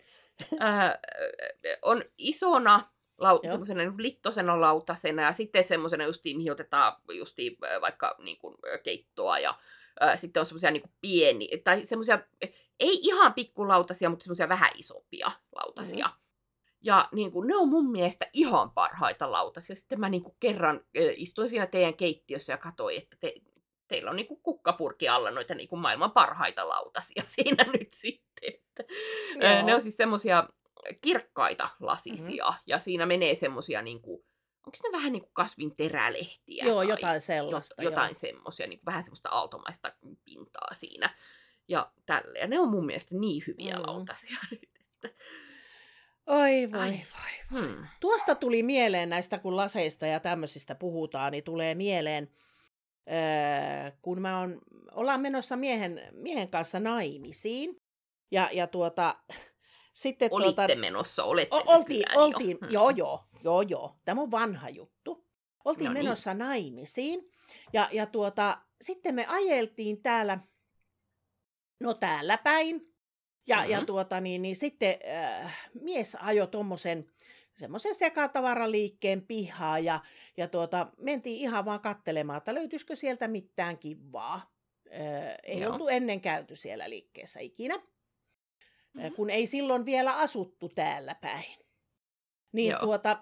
on isona semmoisena littosena lautasena ja sitten semmoisena justiin, mihin otetaan justiin vaikka keittoa ja sitten on semmoisia pieni tai semmoisia, ei ihan pikkulautasia, mutta semmoisia vähän isompia lautasia. Ja ne on mun mielestä ihan parhaita lautasia. Sitten mä kerran istuin siinä teidän keittiössä ja katsoin, että teillä on kukkapurki alla noita maailman parhaita lautasia siinä nyt sitten. Että, ne on siis semmoisia kirkkaita lasisia, ja siinä menee semmosia onko ne vähän kasvin terälehtiä? Joo, jotain sellaista. Jotain semmosia, vähän semmoista aaltomaista pintaa siinä. Ja tälle. Ja ne on mun mielestä niin hyviä lautasia nyt. Että Oi voi. Tuosta tuli mieleen näistä, kun laseista ja tämmöisistä puhutaan, niin tulee mieleen, kun ollaan menossa miehen kanssa naimisiin. Ja sitten olitte menossa, olette oltiin, joo. Tämä on vanha juttu. Oltiin menossa naimisiin. Ja sitten me ajeltiin täällä päin. Ja sitten mies ajoi semmoisen sekatavaraliikkeen pihaan ja mentiin ihan vaan katselemaan, että löytyisikö sieltä mitään kivaa. Ei oltu ennen käyty siellä liikkeessä ikinä, kun ei silloin vielä asuttu täällä päin. Niin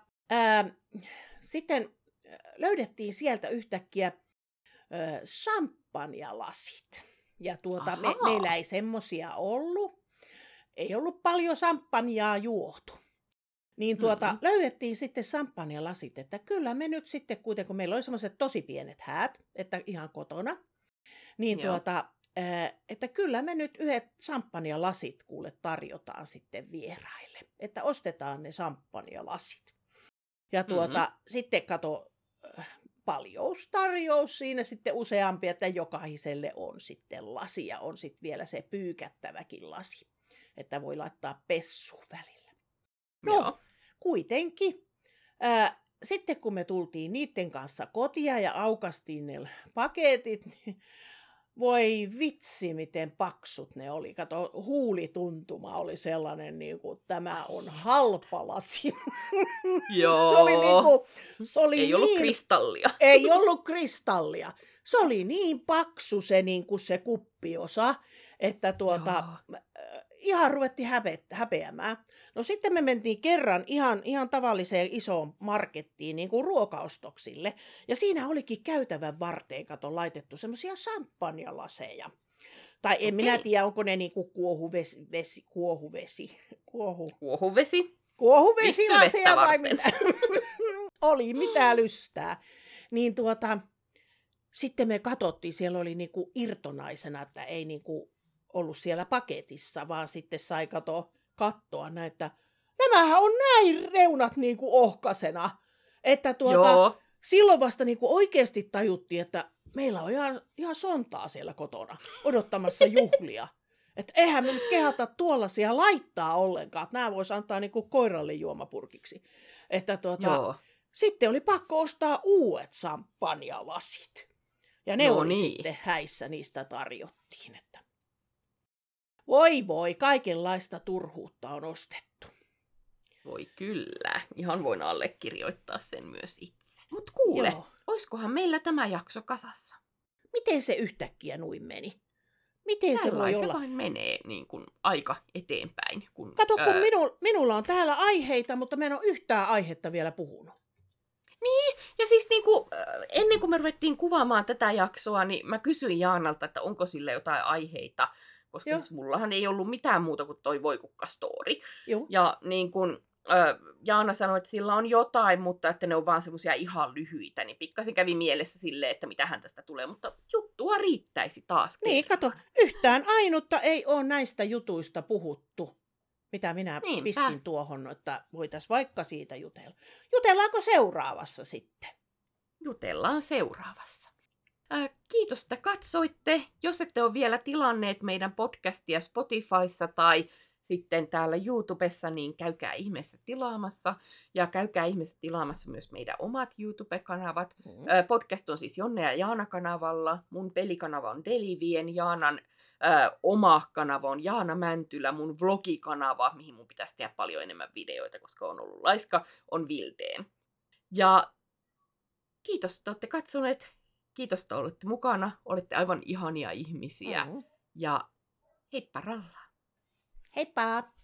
sitten löydettiin sieltä yhtäkkiä champagnelasit. Ja meillä ei semmosia ollut. Ei ollut paljon champagnea juotu. Niin löydettiin sitten champagnelasit, että kyllä me nyt sitten kuitenkin, kun meillä oli semmoiset tosi pienet häät, että ihan kotona, niin että kyllä me nyt yhdet champagnelasit kuule tarjotaan sitten vieraille. Että ostetaan ne champagnelasit. Ja sitten paljous siinä sitten useampi, että jokaiselle on sitten lasi ja on sitten vielä se pyykättäväkin lasi, että voi laittaa pessuun välillä. No, kuitenkin. Sitten kun me tultiin niiden kanssa kotia ja aukastiin ne paketit, niin voi vitsi, miten paksut ne oli. Kato, huulituntuma oli sellainen, niin kuin tämä on halpa lasi. Joo. Ei ollut kristallia. Ei ollut kristallia. Se oli niin paksu se, niin kuin se kuppiosa, että ihan ruvettiin häpeämään. No sitten me mentiin kerran ihan tavalliseen isoon markettiin niin kuin ruokaostoksille. Ja siinä olikin käytävän varteen, laitettu semmoisia champagnelaseja. Tai en minä tiedä, onko ne niin kuin kuohuvesilaseja vai mitä. Oli mitä lystää. Niin sitten me katsottiin, siellä oli niin kuin irtonaisena, että ei niin kuin ollut siellä paketissa, vaan sitten sai katsoa näitä. Nämähän on näin reunat niin kuin ohkasena, että silloin vasta niin kuin oikeasti tajuttiin, että meillä on ihan sontaa siellä kotona odottamassa juhlia. Että eihän me nyt kehata tuollaisia laittaa ollenkaan, että nämä voisi antaa niin kuin koiralle juomapurkiksi. Että sitten oli pakko ostaa uudet champagnelasit. Ja ne oli sitten häissä, niistä tarjottiin, että voi, kaikenlaista turhuutta on ostettu. Voi kyllä, ihan voin allekirjoittaa sen myös itse. Mut kuule, oiskohan meillä tämä jakso kasassa? Miten se yhtäkkiä noin meni? Miten se voi olla? Se vain menee niin kuin aika eteenpäin. Kato, kun minulla on täällä aiheita, mutta mä en ole yhtään aihetta vielä puhunut. Niin, ja siis ennen kuin me ruvettiin kuvaamaan tätä jaksoa, niin mä kysyin Jaanalta, että onko sille jotain aiheita. Koska siis mullahan ei ollut mitään muuta kuin toi Voikukka-story. Ja niin kun Jaana sanoi, että sillä on jotain, mutta että ne on vaan semmosia ihan lyhyitä. Niin pikkasen kävi mielessä silleen, että mitähän tästä tulee. Mutta juttua riittäisi taas. Niin, kato, yhtään ainutta ei ole näistä jutuista puhuttu. Mitä minä pistin tuohon, että voitaisiin vaikka siitä jutella. Jutellaanko seuraavassa sitten? Jutellaan seuraavassa. Kiitos, että katsoitte. Jos ette ole vielä tilanneet meidän podcastia Spotifyssa tai sitten täällä YouTubessa, niin käykää ihmeessä tilaamassa. Ja käykää ihmeessä tilaamassa myös meidän omat YouTube-kanavat. Podcast on siis Jonne ja Jaana kanavalla. Mun pelikanava on Delivien. Jaanan oma kanava on Jaana Mäntylä. Mun vlogikanava, mihin mun pitäisi tehdä paljon enemmän videoita, koska on ollut laiska, on Vildeen. Ja kiitos, että olette katsoneet. Kiitos, että olette mukana. Olette aivan ihania ihmisiä. Ja heippa rallaa. Heippa!